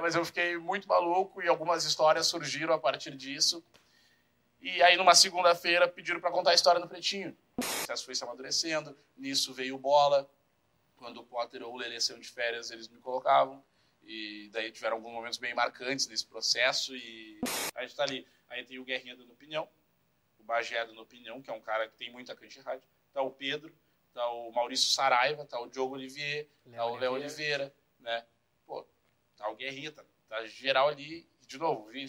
Mas eu fiquei muito maluco e algumas histórias surgiram a partir disso. E aí, numa segunda-feira, pediram para contar a história no Pretinho. O processo foi se amadurecendo, nisso veio o Bola. Quando o Potter ou o Lelê saiam de férias, eles me colocavam. E daí tiveram alguns momentos bem marcantes nesse processo. E a gente tá ali. Aí tem o Guerrinha dando opinião, o Bagé dando opinião, que é um cara que tem muita cante de rádio. Tá o Pedro, tá o Maurício Saraiva, tá o Diogo Olivier, tá o Léo Oliveira, né? Pô, tá o Guerrinha, tá geral ali. De novo, Vini.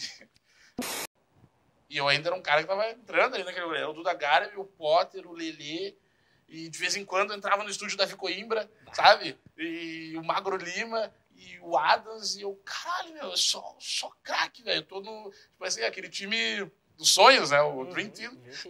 E eu ainda era um cara que tava entrando ali naquele lugar. O Duda Garbi, o Potter, o Lelê. E de vez em quando entrava no estúdio da Davi Coimbra, sabe? E o Magro Lima e o Adams. E eu, caralho, meu, só craque, velho. Eu tô no, tipo assim, aquele time dos sonhos, né? O Dream Team.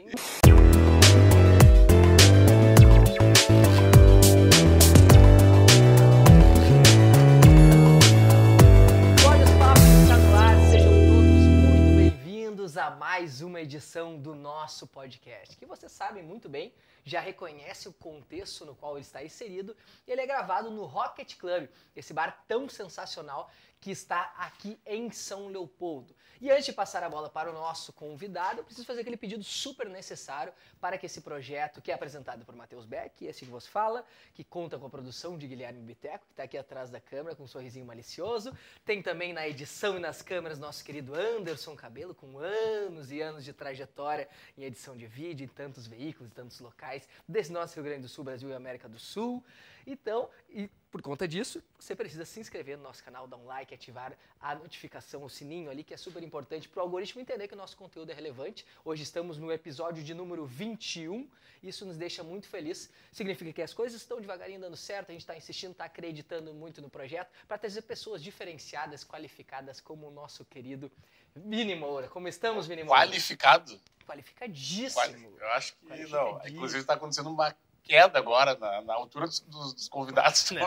A mais uma edição do nosso podcast, que vocês sabem muito bem, já reconhece o contexto no qual ele está inserido. Ele é gravado no Rocket Club, esse bar tão sensacional que está aqui em São Leopoldo. E antes de passar a bola para o nosso convidado, eu preciso fazer aquele pedido super necessário para que esse projeto, que é apresentado por Matheus Beck, esse que vos fala, que conta com a produção de Guilherme Biteco, que está aqui atrás da câmera com um sorrisinho malicioso. Tem também na edição e nas câmeras nosso querido Anderson Cabelo, com anos e anos de trajetória em edição de vídeo, em tantos veículos, em tantos locais, desse nosso Rio Grande do Sul, Brasil e América do Sul. Então, e por conta disso, você precisa se inscrever no nosso canal, dar um like, ativar a notificação, o sininho ali, que é super importante para o algoritmo entender que o nosso conteúdo é relevante. Hoje estamos no episódio de número 21, isso nos deixa muito feliz. Significa que as coisas estão devagarinho dando certo, a gente está insistindo, está acreditando muito no projeto, para trazer pessoas diferenciadas, qualificadas, como o nosso querido Vini Moura. Como estamos, Vini Moura? Qualificado? Qualificadíssimo. Eu acho que não. Inclusive está acontecendo uma queda agora na altura dos convidados. Não.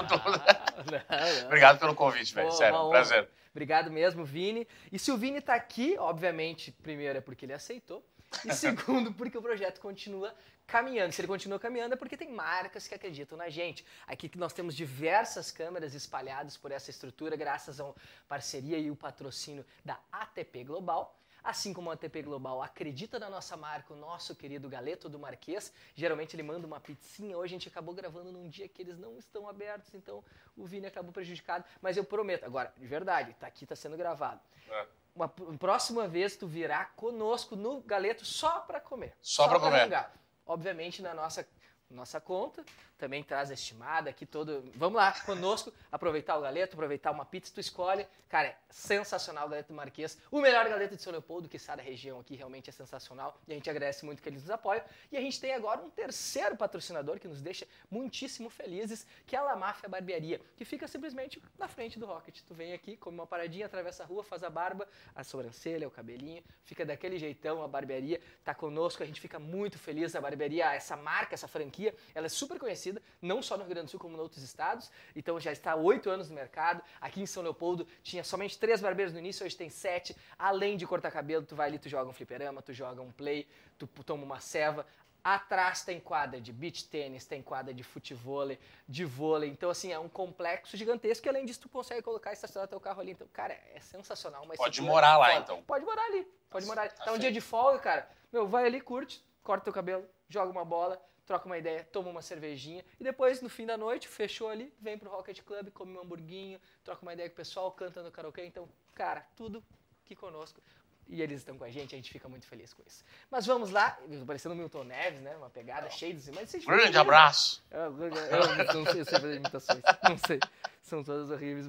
Obrigado pelo convite, velho. Sério, um prazer. Obrigado mesmo, Vini. E se o Vini tá aqui, obviamente, primeiro é porque ele aceitou. E segundo, porque o projeto continua caminhando. Se ele continua caminhando é porque tem marcas que acreditam na gente. Aqui que nós temos diversas câmeras espalhadas por essa estrutura, graças à parceria e o patrocínio da ATP Global. Assim como a ATP Global acredita na nossa marca, o nosso querido Galeto do Marquês, geralmente ele manda uma pizzinha. Hoje a gente acabou gravando num dia que eles não estão abertos, então o Vini acabou prejudicado. Mas eu prometo, agora, de verdade, tá aqui, tá sendo gravado. Uma próxima vez tu virá conosco no Galeto só para comer. Só para comer. Rangar. Obviamente na nossa conta, também traz a estimada aqui todo. Vamos lá, conosco, aproveitar o Galeto, aproveitar uma pizza, tu escolhe. Cara, é sensacional o Galeto do Marquês. O melhor Galeto de São Leopoldo, que está da região aqui, realmente é sensacional. E a gente agradece muito que eles nos apoiam. E a gente tem agora um terceiro patrocinador que nos deixa muitíssimo felizes, que é a La Máfia Barbearia, que fica simplesmente na frente do Rocket. Tu vem aqui, come uma paradinha, atravessa a rua, faz a barba, a sobrancelha, o cabelinho, fica daquele jeitão, a barbearia tá conosco, a gente fica muito feliz. A barbearia, essa marca, essa franquia, ela é super conhecida, não só no Rio Grande do Sul, como em outros estados. Então já está há 8 anos no mercado. Aqui em São Leopoldo tinha somente 3 barbeiros no início, hoje tem 7. Além de cortar cabelo, tu vai ali, tu joga um fliperama, tu joga um play, tu toma uma ceva. Atrás tem quadra de beach tênis, tem quadra de futevôlei, de vôlei. Então, assim, é um complexo gigantesco e além disso tu consegue colocar e estacionar teu carro ali. Então, cara, é sensacional. Mas pode morar lá, então. Pode morar ali, pode morar ali. Tá um dia de folga, cara, meu, vai ali, curte, corta teu cabelo, joga uma bola, troca uma ideia, toma uma cervejinha e depois, no fim da noite, fechou ali, vem pro Rocket Club, come um hamburguinho, troca uma ideia com o pessoal, canta no karaokê. Então, cara, tudo aqui conosco. E eles estão com a gente fica muito feliz com isso. Mas vamos lá, parecendo o Milton Neves, né? Uma pegada cheia de... Grande abraço! Eu não sei fazer imitações, não sei. São todas horríveis,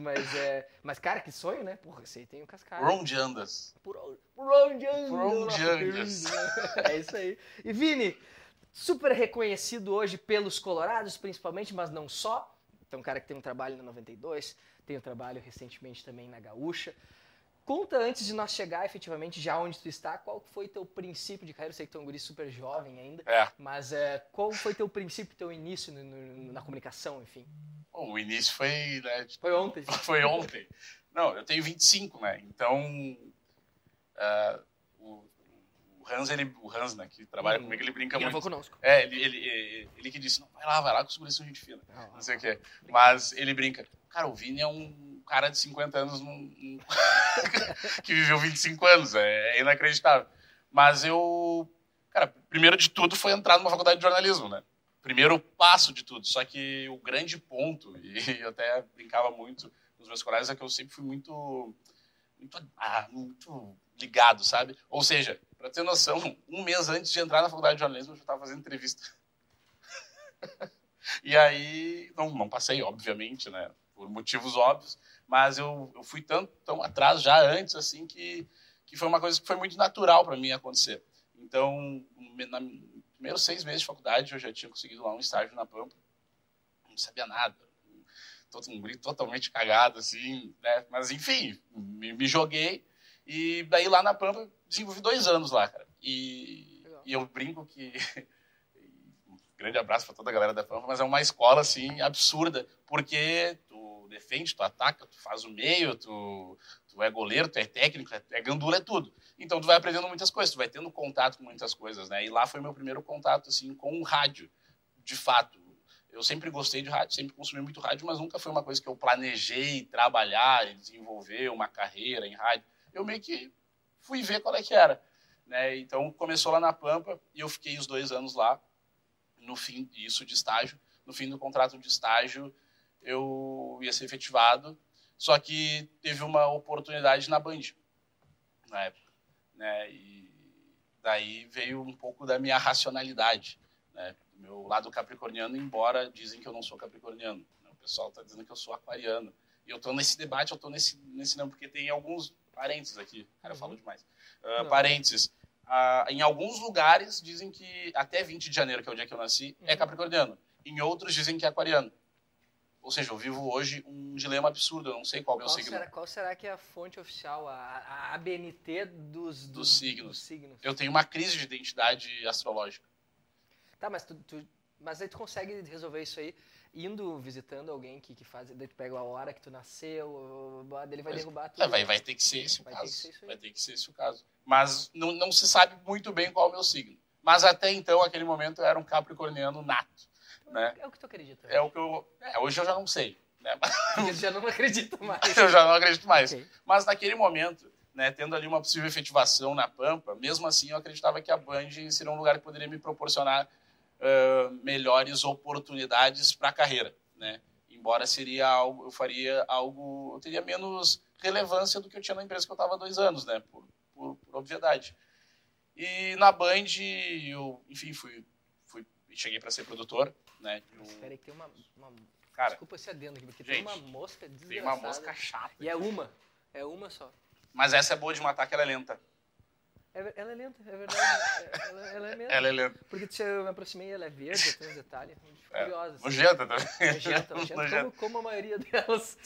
mas cara, que sonho, né? Porra, esse aí tem o Cascalho. Por onde andas? Por onde andas? É isso aí. E Vini, super reconhecido hoje pelos colorados, principalmente, mas não só. Então, um cara que tem um trabalho na 92, tem um trabalho recentemente também na Gaúcha. Conta, antes de nós chegar efetivamente já onde tu está, qual foi teu princípio de carreira? Eu sei que tu é um guri super jovem ainda, mas qual foi teu princípio, teu início na comunicação, enfim? Bom, o início foi... Né, foi ontem. Foi ontem. Não, eu tenho 25, né? Então, o o Hans, né, que trabalha comigo, ele brinca muito. Conosco. Ele que disse, não, vai lá, que os guris são gente fina. Não sei o quê. Mas ele brinca. Cara, o Vini é um cara de 50 anos que viveu 25 anos. É inacreditável. Mas cara, primeiro de tudo foi entrar numa faculdade de jornalismo, né? Primeiro passo de tudo. Só que o grande ponto, e eu até brincava muito com os meus colegas, é que eu sempre fui muito ligado, sabe? Ou seja, pra ter noção, um mês antes de entrar na faculdade de jornalismo, eu já estava fazendo entrevista. E aí, não passei, obviamente, né? Por motivos óbvios, mas eu fui tão atrás já antes, assim, que foi uma coisa que foi muito natural para mim acontecer. Então, nos primeiros 6 meses de faculdade, eu já tinha conseguido lá um estágio na Pampa. Não sabia nada. Um grito totalmente cagado, assim, né? Mas, enfim, me joguei. E daí, lá na Pampa, desenvolvi 2 anos lá, cara. E eu brinco que... Grande abraço para toda a galera da Pampa, mas é uma escola, assim, absurda, porque tu defende, tu ataca, tu faz o meio, tu é goleiro, tu é técnico, é gandula, é tudo. Então tu vai aprendendo muitas coisas, tu vai tendo contato com muitas coisas, né? E lá foi meu primeiro contato, assim, com o rádio, de fato. Eu sempre gostei de rádio, sempre consumi muito rádio, mas nunca foi uma coisa que eu planejei trabalhar e desenvolver uma carreira em rádio. Eu meio que fui ver qual é que era, né? Então começou lá na Pampa e eu fiquei os 2 anos lá. No fim, isso de estágio, no fim do contrato de estágio, eu ia ser efetivado, só que teve uma oportunidade na Band, na época, né? E daí veio um pouco da minha racionalidade, né? Do meu lado capricorniano, embora dizem que eu não sou capricorniano, né? O pessoal está dizendo que eu sou aquariano. E eu estou nesse debate, eu estou nesse não, porque tem alguns parênteses aqui, cara, eu falo demais. Parênteses. Em alguns lugares dizem que até 20 de janeiro, que é o dia que eu nasci, é capricorniano. Em outros dizem que é aquariano. Ou seja, eu vivo hoje um dilema absurdo, eu não sei qual é o meu signo. Qual será que é a fonte oficial, a ABNT dos signos? Eu tenho uma crise de identidade astrológica. Tá, mas aí tu consegue resolver isso aí indo visitando alguém que faz, daí tu pega a hora que tu nasceu, ele vai derrubar tudo. Vai ter que ser esse o caso. Vai ter que ser esse o caso. Mas não se sabe muito bem qual é o meu signo. Mas até então, naquele momento, eu era um capricorniano nato. Então, né? É o que tu acredita. É o que hoje eu já não sei. Né? Eu já não acredito mais. Eu já não acredito mais. Okay. Mas naquele momento, né, tendo ali uma possível efetivação na Pampa, mesmo assim eu acreditava que a Band seria um lugar que poderia me proporcionar melhores oportunidades para a carreira, né? Embora eu teria menos relevância do que eu tinha na empresa que eu estava há 2 anos, né? Por obviedade. E na Band, eu, enfim, cheguei para ser produtor, né? Espera aí que tem uma Cara, desculpa esse adendo aqui, porque gente, tem uma mosca desgraçada. Tem uma mosca chata. E é uma só. Mas essa é boa de matar, que ela é lenta. Ela é lenta, é verdade. ela é mesmo. Ela é lenta. Porque se eu me aproximei, ela é verde, tem uns detalhes curiosos. Nojenta também. Nojenta, como a maioria delas.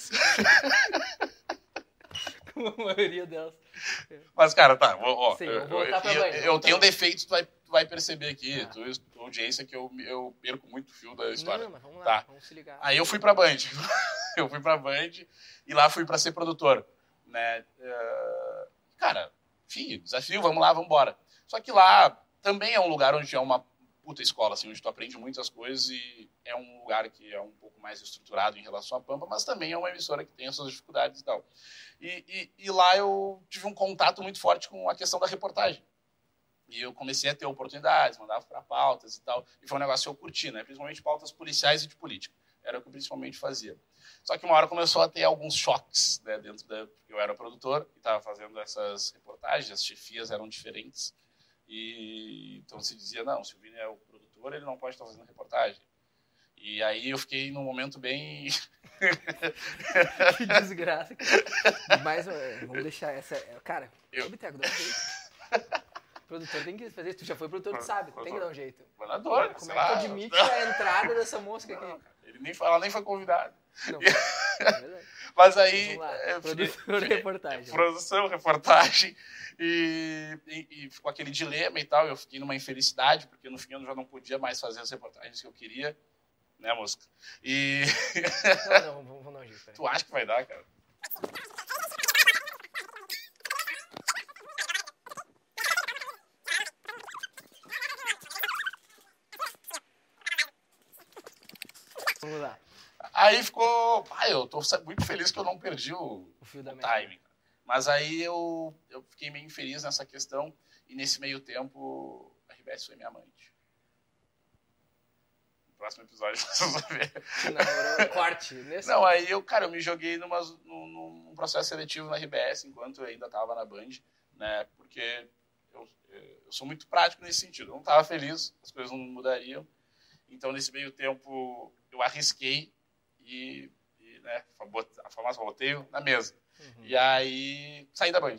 Como a maioria delas. Mas, cara, tá. Sim, vou voltar pra Band. Eu tenho defeitos, tu vai perceber aqui. Tua audiência que eu perco muito o fio da história. Não, mas vamos lá, tá. Vamos se ligar. Aí eu fui pra Band. Eu fui pra Band e lá fui pra ser produtor. Né? Cara, enfim, desafio, vamos lá, vamos embora. Só que lá também é um lugar onde é uma puta escola, assim, onde tu aprende muitas coisas e é um lugar que é um pouco mais estruturado em relação à Pampa, mas também é uma emissora que tem as suas dificuldades e tal. E lá eu tive um contato muito forte com a questão da reportagem. E eu comecei a ter oportunidades, mandava para pautas e tal. E foi um negócio que eu curti, né? Principalmente pautas policiais e de política. Era o que eu principalmente fazia. Só que uma hora começou a ter alguns choques, né? Eu era produtor e estava fazendo essas reportagens, as chefias eram diferentes. E então se dizia, não, se o Vini é o produtor, ele não pode estar fazendo reportagem. E aí eu fiquei num momento bem... Que desgraça, cara. Mas vamos deixar essa... Cara, Biteco, dá um jeito. O produtor tem que fazer isso. Tu já foi produtor, tu sabe. Tem que dar um jeito. Mandador, como é que tu admite a entrada dessa mosca aqui? Ela nem foi convidada. Não, é verdade. Mas aí... Produção, reportagem. Produção, reportagem. E ficou aquele dilema e tal. Eu fiquei numa infelicidade, porque no fim eu já não podia mais fazer as reportagens que eu queria. Né, mosca? Não, vamos dar um jeito. Tu acha que vai dar, cara? Vamos lá. Aí ficou... eu tô muito feliz que eu não perdi o fio da timing. Mas aí eu fiquei meio infeliz nessa questão e nesse meio tempo a RBS foi minha amante. No próximo episódio vocês vão ver. Corte. Não, aí eu me joguei num processo seletivo na RBS enquanto eu ainda estava na Band, né? Porque eu sou muito prático nesse sentido. Eu não estava feliz, as coisas não mudariam. Então, nesse meio tempo, eu arrisquei e né, a famosa roteio na mesa. Uhum. E aí, saí da Band.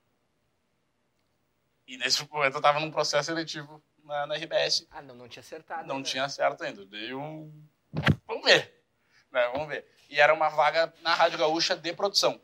E nesse momento eu estava num processo seletivo na RBS. Não tinha acertado. Não tinha acertado ainda. Dei Vamos ver. Né, vamos ver. E era uma vaga na Rádio Gaúcha de produção.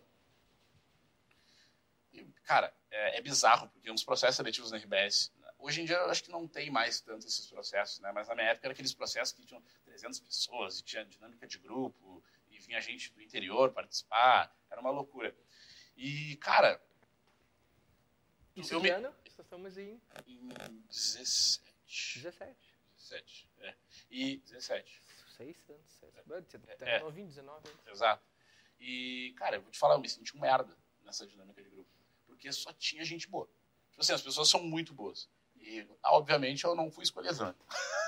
E, cara, é bizarro, porque uns processos seletivos na RBS... Hoje em dia eu acho que não tem mais tanto esses processos, né? Mas na minha época eram aqueles processos que tinham 300 pessoas e tinha dinâmica de grupo e vinha gente do interior participar. Era uma loucura. E, cara... Isso que ano? Estamos em 17. 17, E 17. 6 anos. Você tá novinho, 19 anos. Exato. E, cara, eu vou te falar, eu me senti um merda nessa dinâmica de grupo. Porque só tinha gente boa. Tipo assim, as pessoas são muito boas. E, obviamente, eu não fui escolhendo.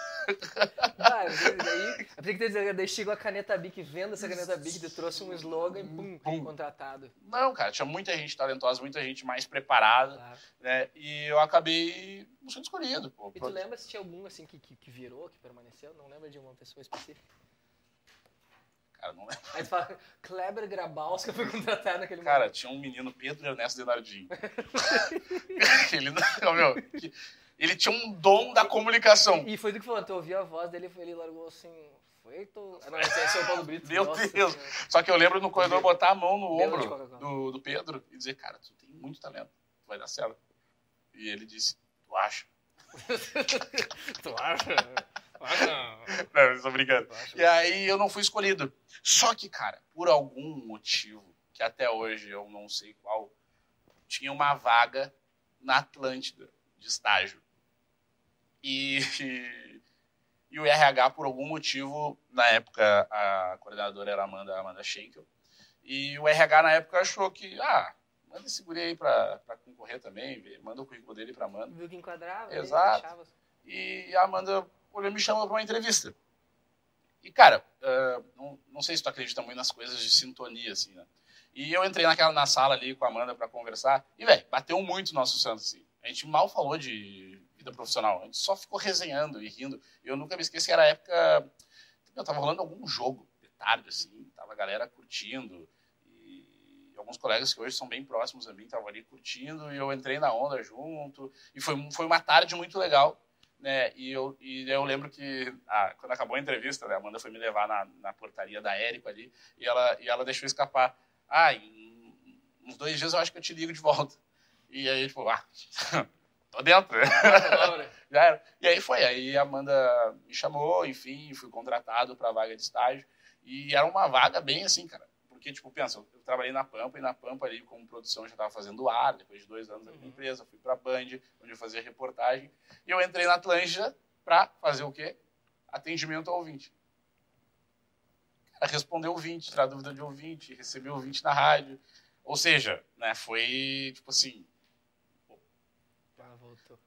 Daí chegou a caneta Bic, vendo essa caneta Bic, te trouxe um slogan e pum, contratado. Não, cara, tinha muita gente talentosa, muita gente mais preparada, claro. Né? E eu acabei não sendo escolhido. Pô, e tu lembra se tinha algum assim que virou, que permaneceu? Não lembra de uma pessoa específica? Cara, não lembro. Aí tu fala, Kleber Grabowska foi contratado naquele momento. Cara, tinha um menino, Pedro Ernesto Denardinho. Ele tinha um dom da comunicação. E foi do que falou, tu ouviu a voz dele, ele largou assim... Não, esse é o Paulo Brito. Meu nossa, Deus! Só que eu lembro no corredor botar a mão no ombro do Pedro e dizer, cara, tu tem muito talento, tu vai dar certo. E ele disse, tu acha? Tu acha? Não, eu tô brincando. E aí eu não fui escolhido. Só que, cara, por algum motivo, que até hoje eu não sei qual, tinha uma vaga na Atlântida de estágio. E o RH, por algum motivo, na época, a coordenadora era a Amanda Schenkel, e o RH, na época, achou que, manda esse guri aí pra concorrer também, manda o currículo dele pra Amanda. Viu que enquadrava. Exato. E a Amanda me chamou pra uma entrevista. E, cara, não sei se tu acredita muito nas coisas de sintonia, assim, né? E eu entrei na sala ali com a Amanda pra conversar, e, velho, bateu muito o nosso santo, assim. A gente mal falou de vida profissional, a gente só ficou resenhando e rindo. Eu nunca me esqueci, era a época... tava rolando algum jogo de tarde, assim, tava a galera curtindo, e alguns colegas que hoje são bem próximos a mim estavam ali curtindo, e eu entrei na onda junto, e foi uma tarde muito legal, né? E eu lembro que, quando acabou a entrevista, né, a Amanda foi me levar na portaria da Érico ali, e ela deixou escapar. Em uns 2 dias eu acho que eu te ligo de volta. E aí, tipo, tô dentro. Já era. E aí foi. Aí a Amanda me chamou, enfim, fui contratado para a vaga de estágio. E era uma vaga bem assim, cara. Porque, tipo, pensa, eu trabalhei na Pampa, e na Pampa ali, como produção, eu já estava fazendo ar, depois de 2 anos na minha empresa, fui para a Band, onde eu fazia reportagem. E eu entrei na Atlântida para fazer o quê? Atendimento ao ouvinte. Cara, responder ouvinte, tirar dúvida de ouvinte, receber ouvinte na rádio. Ou seja, né, foi, tipo assim... voltou.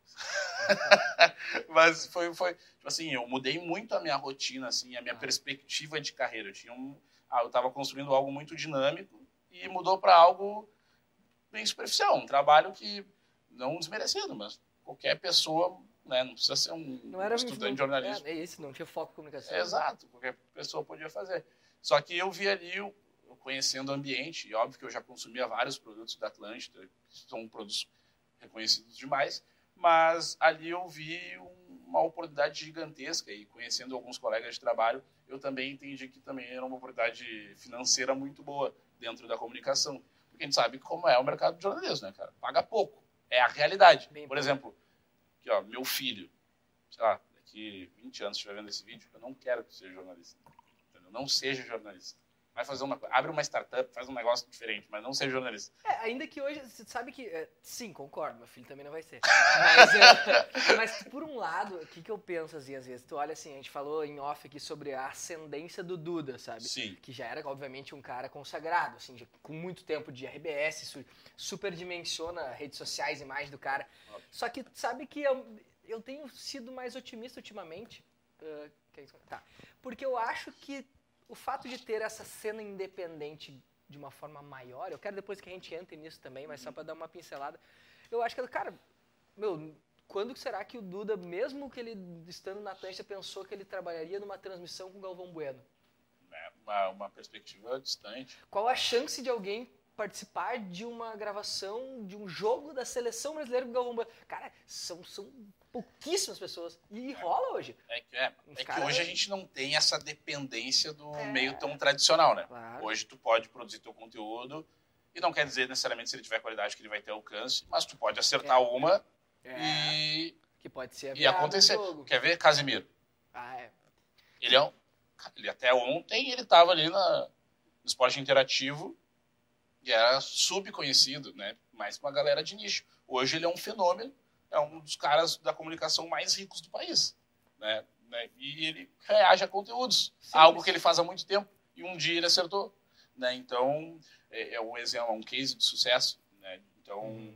Mas foi tipo assim, eu mudei muito a minha rotina, assim, a minha perspectiva de carreira. Eu estava construindo algo muito dinâmico e mudou para algo bem superficial, um trabalho que, não desmerecendo, mas qualquer pessoa, né, não precisa ser um estudante de jornalismo. É isso, não tinha foco em comunicação. Exato, qualquer pessoa podia fazer. Só que eu vi ali, conhecendo o ambiente, e óbvio que eu já consumia vários produtos da Atlântida, que são produtos reconhecidos demais, mas ali eu vi uma oportunidade gigantesca, e conhecendo alguns colegas de trabalho, eu também entendi que também era uma oportunidade financeira muito boa dentro da comunicação. Porque a gente sabe como é o mercado de jornalismo, né, cara? Paga pouco. É a realidade. Por exemplo, aqui, ó, meu filho, sei lá, daqui 20 anos, se estiver vendo esse vídeo, eu não quero que seja jornalista. Entendeu? Não seja jornalista. Vai fazer abre uma startup, faz um negócio diferente, mas não seja jornalista. Ainda que hoje, você sabe que... sim, concordo, meu filho também não vai ser. Mas por um lado, o que eu penso assim, às vezes? Tu olha assim, a gente falou em off aqui sobre a ascendência do Duda, sabe? Sim. Que já era, obviamente, um cara consagrado, assim, com muito tempo de RBS, isso superdimensiona redes sociais, imagem do cara. Só que sabe que eu tenho sido mais otimista ultimamente. Tá. Porque eu acho que o fato de ter essa cena independente de uma forma maior, eu quero depois que a gente entre nisso também, mas só pra dar uma pincelada, eu acho que, cara, quando será que o Duda, mesmo que ele estando na Atlântida, pensou que ele trabalharia numa transmissão com o Galvão Bueno? Uma perspectiva distante. Qual a chance de alguém participar de uma gravação de um jogo da seleção brasileira com o Galvão Bueno? Cara, são pouquíssimas pessoas. E rola hoje. Que hoje a gente não tem essa dependência do meio tão tradicional, né? Claro. Hoje tu pode produzir teu conteúdo e não quer dizer necessariamente se ele tiver qualidade que ele vai ter alcance, mas tu pode acertar uma que pode ser e acontecer. Quer ver Casimiro? Ele até ontem ele estava ali no esporte interativo e era subconhecido, né? Mais uma galera de nicho. Hoje ele é um fenômeno, é um dos caras da comunicação mais ricos do país, né? E ele reage a conteúdos, algo que ele faz há muito tempo, e um dia ele acertou, né? Então, é um exemplo, um case de sucesso, né? Então,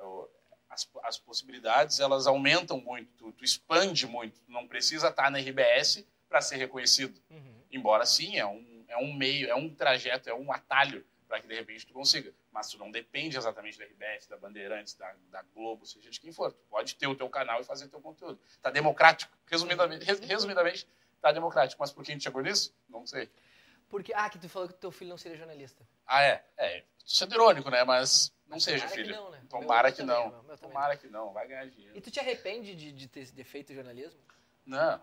as possibilidades, elas aumentam muito, tu expande muito, tu não precisa estar na RBS para ser reconhecido, embora sim, é um meio, é um trajeto, é um atalho para que de repente tu consiga, mas tu não depende exatamente da RBS, da Bandeirantes, da Globo, seja de quem for, tu pode ter o teu canal e fazer teu conteúdo, tá democrático, resumidamente tá democrático, mas por que a gente chegou nisso? Não sei. Porque, que tu falou que teu filho não seria jornalista. Tô sendo irônico, né, mas não seja, filho. Não, né? Tomara que não. Tomara que não, vai ganhar dinheiro. E tu te arrepende de ter feito jornalismo? Não.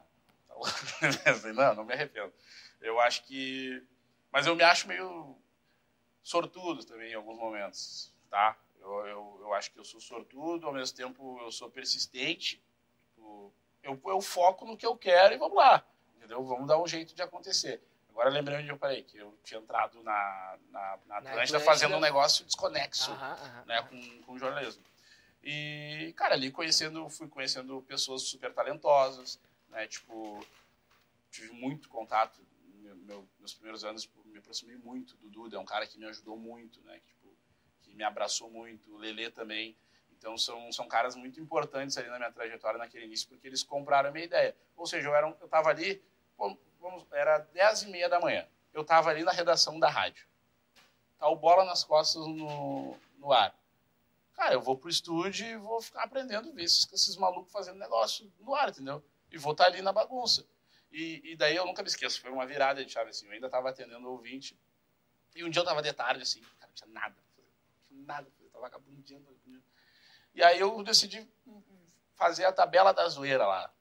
Não me arrependo. Eu acho que... Mas eu me acho meio sortudo também em alguns momentos, tá? Eu acho que eu sou sortudo, ao mesmo tempo eu sou persistente. Eu foco no que eu quero e vamos lá, entendeu? Vamos dar um jeito de acontecer. Agora lembrei onde eu parei, que eu tinha entrado na Atlântida fazendo um negócio desconexo, né, com jornalismo. E, cara, ali fui conhecendo pessoas super talentosas, né, tipo, tive muito contato meus primeiros anos, me aproximei muito do Duda, é um cara que me ajudou muito, né, que me abraçou muito, o Lelê também. Então são caras muito importantes ali na minha trajetória naquele início, porque eles compraram a minha ideia. Ou seja, eu tava ali, era 10h30 da manhã, eu tava ali na redação da rádio, tá o Bola nas Costas no ar. Cara, eu vou pro estúdio e vou ficar aprendendo, ver esses malucos fazendo negócio no ar, entendeu? E vou estar ali na bagunça. E daí eu nunca me esqueço, foi uma virada de chave, assim, eu ainda estava atendendo o ouvinte, e um dia eu estava de tarde, assim, cara, não tinha nada pra fazer, eu estava vagabundeando. E aí eu decidi fazer a tabela da zoeira lá,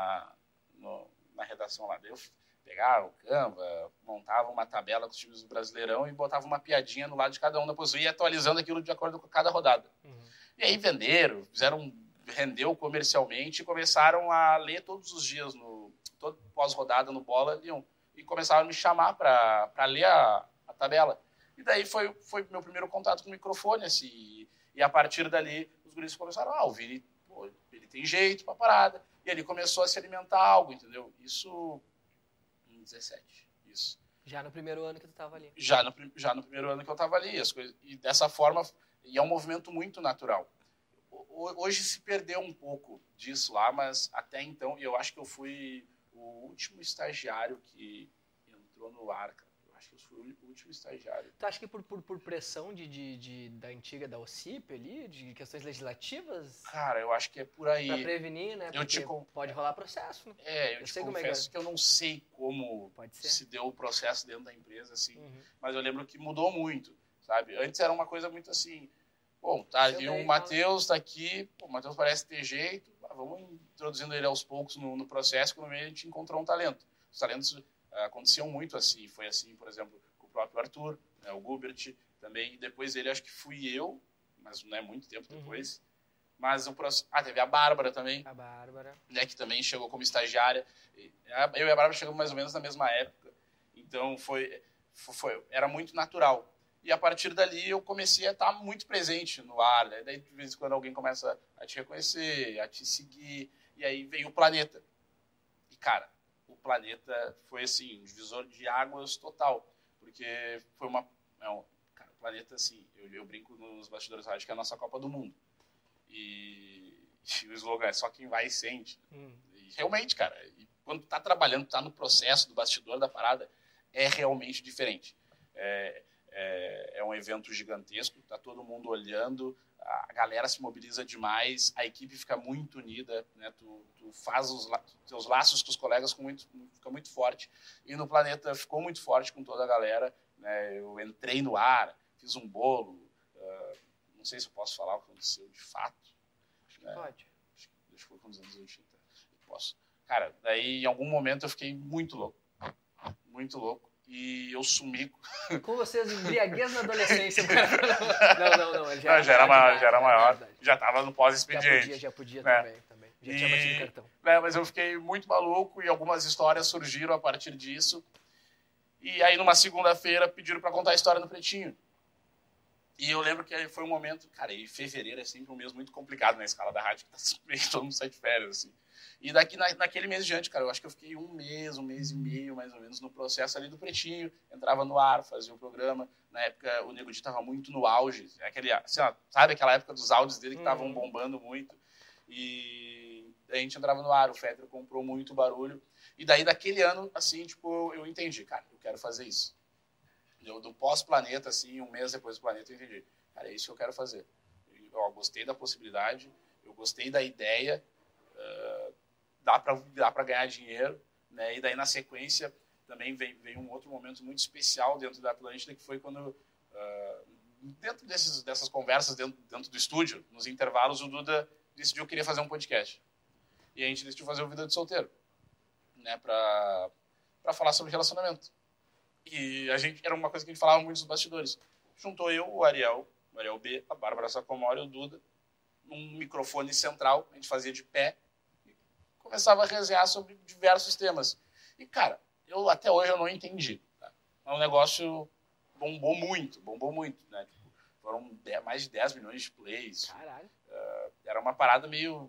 na redação lá. Daí eu pegava o Canva, montava uma tabela com os times do Brasileirão e botava uma piadinha no lado de cada um, depois eu ia atualizando aquilo de acordo com cada rodada. E aí venderam, rendeu comercialmente e começaram a ler todos os dias, todo pós-rodada no Bola, e começaram a me chamar para ler a tabela. E daí foi meu primeiro contato com o microfone, assim, e a partir dali os guris começaram, o Vini, ele tem jeito pra parada, e ele começou a se alimentar algo, entendeu? Isso em 17, isso. Já no primeiro ano que tu estava ali. Já no primeiro ano que eu estava ali, as coisas, e dessa forma, e é um movimento muito natural. Hoje se perdeu um pouco disso lá, mas até então, eu acho que eu fui o último estagiário que entrou no ar, cara. Eu acho que eu fui o último estagiário. Tu acha que por pressão da antiga da OCIP ali, de questões legislativas? Cara, eu acho que é por aí. Pra prevenir, né? Porque pode rolar processo, né? Eu te confesso que eu não sei como se deu o processo dentro da empresa, assim. Mas eu lembro que mudou muito, sabe? Antes era uma coisa muito assim, tá ali o Matheus, tá aqui, o Matheus parece ter jeito, vamos introduzindo ele aos poucos no processo, que no meio a gente encontrou um talento. Os talentos aconteciam muito assim, foi assim, por exemplo, com o próprio Arthur, né, o Gubert também, e depois dele acho que fui eu, mas não é muito tempo depois, mas teve a Bárbara também, né, que também chegou como estagiária, eu e a Bárbara chegamos mais ou menos na mesma época, então foi era muito natural. E a partir dali eu comecei a estar muito presente no ar. Né? Daí, de vez em quando, alguém começa a te reconhecer, a te seguir. E aí veio o Planeta. E, cara, o Planeta foi, assim, um divisor de águas total. Porque foi cara, o Planeta, assim, eu brinco nos bastidores da rádio que é a nossa Copa do Mundo. E o slogan é só quem vai e sente. E realmente, cara, quando tu tá trabalhando, tu tá no processo do bastidor da parada, é realmente diferente. É um evento gigantesco, tá todo mundo olhando, a galera se mobiliza demais, a equipe fica muito unida, né? Tu faz os teus laços com os colegas fica muito forte. E no Planeta ficou muito forte com toda a galera. Né? Eu entrei no ar, fiz um bolo, não sei se eu posso falar o que aconteceu de fato. Acho que pode. Deixa eu ver quantos anos eu tinha. Posso. Cara, daí em algum momento eu fiquei muito louco. Muito louco. E eu sumi. Com vocês, embriaguez na adolescência. Não. Já era maior. Já tava no pós-expediente. Já podia né? também. Já tinha batido cartão. Mas eu fiquei muito maluco e algumas histórias surgiram a partir disso. E aí, numa segunda-feira, pediram para contar a história no Pretinho. E eu lembro que foi um momento... Cara, e fevereiro é sempre um mês muito complicado na escala da rádio, que todo mundo sai de férias, assim. E naquele mês diante, cara, eu acho que eu fiquei um mês e meio, mais ou menos, no processo ali do Pretinho. Entrava no ar, fazia o programa. Na época, o Nego Di tava muito no auge. Assim, ó, sabe aquela época dos áudios dele que estavam bombando muito? E a gente entrava no ar, o Fetter comprou muito barulho. E daí, daquele ano, assim, tipo, eu entendi, cara, eu quero fazer isso. Do pós-Planeta, assim, um mês depois do Planeta, eu entendi. Cara, é isso que eu quero fazer. Eu gostei da possibilidade, eu gostei da ideia, dá para ganhar dinheiro, né? E daí, na sequência, também veio um outro momento muito especial dentro da Atlântida, que foi quando, dentro dessas conversas, dentro do estúdio, nos intervalos, o Duda decidiu que queria fazer um podcast. E a gente decidiu fazer o Vida de Solteiro, né? Para falar sobre relacionamento. E era uma coisa que a gente falava muito nos bastidores. Juntou eu, o Ariel B, a Bárbara Sacomori e o Duda, num microfone central, a gente fazia de pé, e começava a resenhar sobre diversos temas. E, cara, até hoje eu não entendi. Tá? É um negócio bombou muito, né? Tipo, foram mais de 10 milhões de plays. Caralho. Era uma parada meio...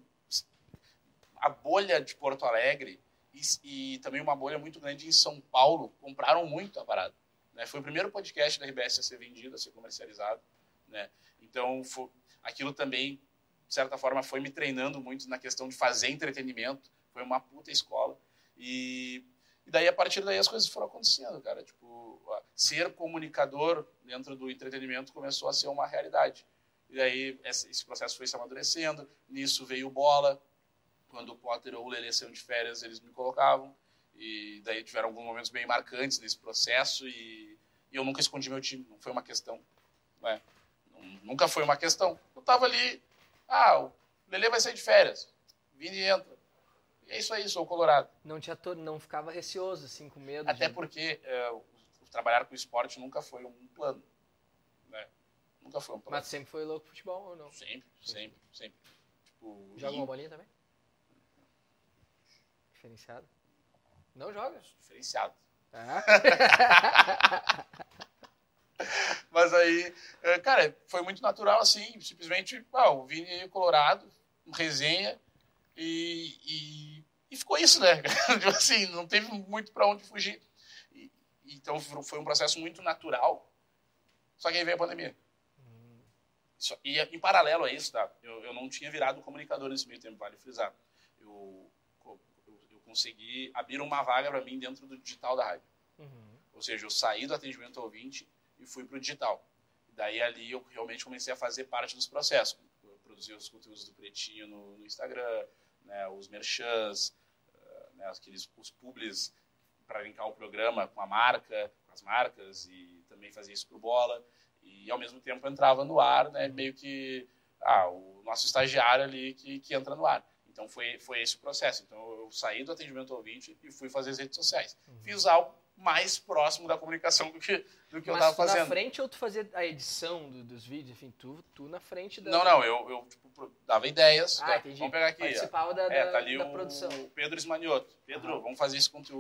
A bolha de Porto Alegre e também uma bolha muito grande em São Paulo compraram muito a parada. Né? Foi o primeiro podcast da RBS a ser vendido, a ser comercializado. Né? Então, aquilo também, de certa forma, foi me treinando muito na questão de fazer entretenimento. Foi uma puta escola. E daí, a partir daí, as coisas foram acontecendo, cara. Tipo, ser comunicador dentro do entretenimento começou a ser uma realidade. E daí, esse processo foi se amadurecendo. Nisso veio o Bola. Quando o Potter ou o Lelê saiam de férias, eles me colocavam. E daí tiveram alguns momentos bem marcantes nesse processo. E eu nunca escondi meu time. Não foi uma questão. Né? Nunca foi uma questão. Eu tava ali. O Lelê vai sair de férias. Vini entra. E é isso aí, sou o Colorado. Não ficava receoso, assim, com medo. Até porque trabalhar com esporte nunca foi um plano. Né? Nunca foi um plano. Mas sempre foi louco futebol ou não? Sempre. Tipo, joga uma bolinha também? Diferenciado? Não joga? Diferenciado. Mas aí, cara, foi muito natural, assim, simplesmente, o Vini e o Colorado, resenha, e ficou isso, né? Tipo assim, não teve muito para onde fugir. Então, foi um processo muito natural, só que aí veio a pandemia. E em paralelo a isso, tá? Eu não tinha virado comunicador nesse meio tempo, vale frisar. Eu consegui abrir uma vaga para mim dentro do digital da rádio. Ou seja, eu saí do atendimento ao ouvinte e fui para o digital. Daí ali eu realmente comecei a fazer parte dos processos. Eu produzia os conteúdos do Pretinho no Instagram, né, os merchans, né, os publis para linkar o programa com a marca, com as marcas, e também fazia isso para o Bola. E ao mesmo tempo entrava no ar, né, meio que o nosso estagiário ali que entra no ar. Então foi esse o processo. Então eu saí do atendimento ao ouvinte e fui fazer as redes sociais. Fiz algo mais próximo da comunicação do que eu estava fazendo. Mas na frente ou tu fazia a edição dos vídeos? Enfim, tu na frente da... Não, eu tipo, dava ideias. Entendi. Vamos pegar aqui. Participava da tá ali da produção. o Pedro Esmanioto. Pedro, vamos fazer esse conteúdo.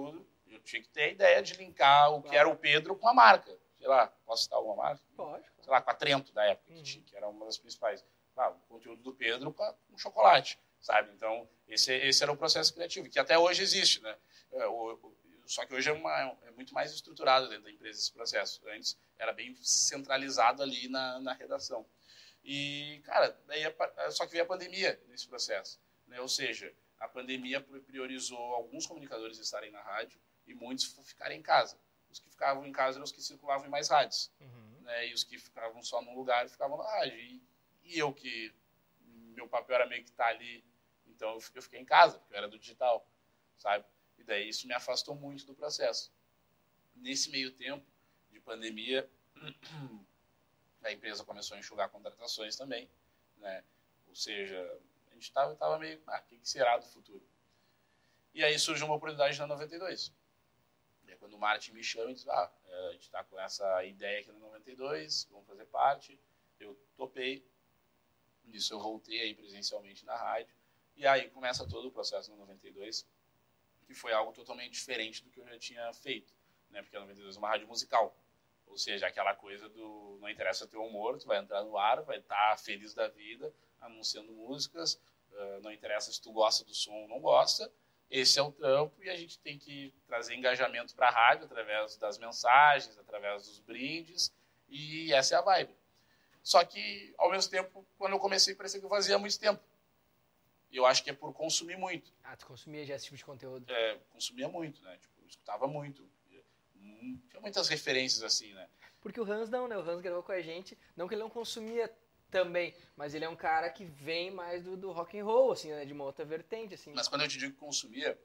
eu tinha que ter a ideia de linkar o que era o Pedro com a marca. Sei lá, posso citar alguma marca? Pode. Sei lá, com a Trento da época, que era uma das principais. O conteúdo do Pedro com chocolate, sabe? Então, esse era o processo criativo, que até hoje existe, né? Só que hoje é muito mais estruturado dentro da empresa esse processo. Antes era bem centralizado ali na redação. E, cara, só que veio a pandemia nesse processo, né? Ou seja, a pandemia priorizou alguns comunicadores estarem na rádio e muitos ficarem em casa. Os que ficavam em casa eram os que circulavam em mais rádios. Né? E os que ficavam só num lugar ficavam na rádio. E eu que... Meu papel era meio que estar ali. Então eu fiquei em casa, porque eu era do digital, sabe? E daí isso me afastou muito do processo. Nesse meio tempo de pandemia, a empresa começou a enxugar contratações também, né? Ou seja, a gente estava meio... o que será do futuro? E aí surgiu uma oportunidade na 92. E aí, quando o Martin me chama e diz, a gente está com essa ideia aqui na 92, vamos fazer parte. Eu topei. Nisso eu voltei aí presencialmente na rádio. E aí começa todo o processo na 92, que foi algo totalmente diferente do que eu já tinha feito, né? Porque a 92 é uma rádio musical. Ou seja, aquela coisa do não interessa teu humor, tu vai entrar no ar, vai estar feliz da vida, anunciando músicas, não interessa se tu gosta do som ou não gosta, esse é o trampo e a gente tem que trazer engajamento para a rádio através das mensagens, através dos brindes, e essa é a vibe. Só que, ao mesmo tempo, quando eu comecei, parecia que eu fazia muito tempo. E eu acho que é por consumir muito. Tu consumia já esse tipo de conteúdo? Consumia muito, né? Tipo, eu escutava muito. Tinha muitas referências assim, né? Porque o Hans não, né? O Hans gravou com a gente, não que ele não consumia também, mas ele é um cara que vem mais do rock and roll, assim, né? De uma outra vertente, assim. Mas quando eu te digo que consumia,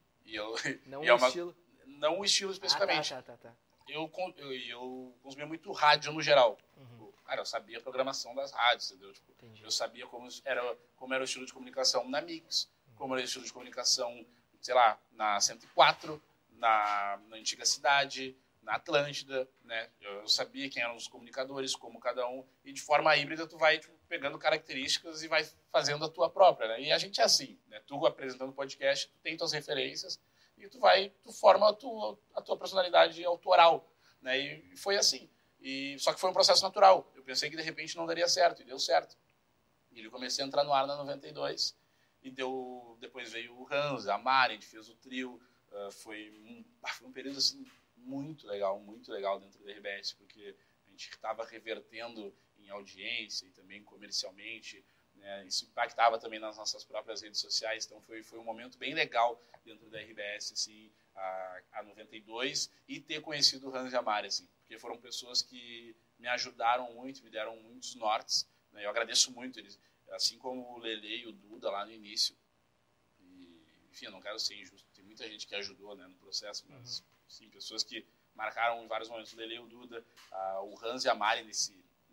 não o estilo. Não o estilo especificamente. Tá. Eu consumia muito rádio no geral. Cara, eu sabia a programação das rádios, entendeu? Tipo, eu sabia como era o estilo de comunicação na Mix, como era o estilo de comunicação, sei lá, na 104, na Antiga Cidade, na Atlântida, né? Eu sabia quem eram os comunicadores, como cada um, e de forma híbrida tu vai pegando características e vai fazendo a tua própria, né? E a gente é assim, né? Tu apresentando podcast, tu tem tuas referências e tu forma a tua personalidade autoral, né? E foi assim. Só que foi um processo natural. Eu pensei que de repente não daria certo, e deu certo. E eu comecei a entrar no ar na 92, e depois veio o Hans, a Mari, a gente fez o trio. Foi um período assim, muito legal dentro da RBS, porque a gente estava revertendo em audiência e também comercialmente, né? Isso impactava também nas nossas próprias redes sociais, então foi um momento bem legal dentro da RBS, assim, a 92, e ter conhecido o Hans e a Mari, assim, porque foram pessoas que me ajudaram muito, me deram muitos nortes, né? Eu agradeço muito eles, assim como o Lele e o Duda lá no início. Enfim, eu não quero ser injusto, tem muita gente que ajudou, né, no processo, mas sim, pessoas que marcaram em vários momentos, o Lele e o Duda, o Hans e a Mari nesse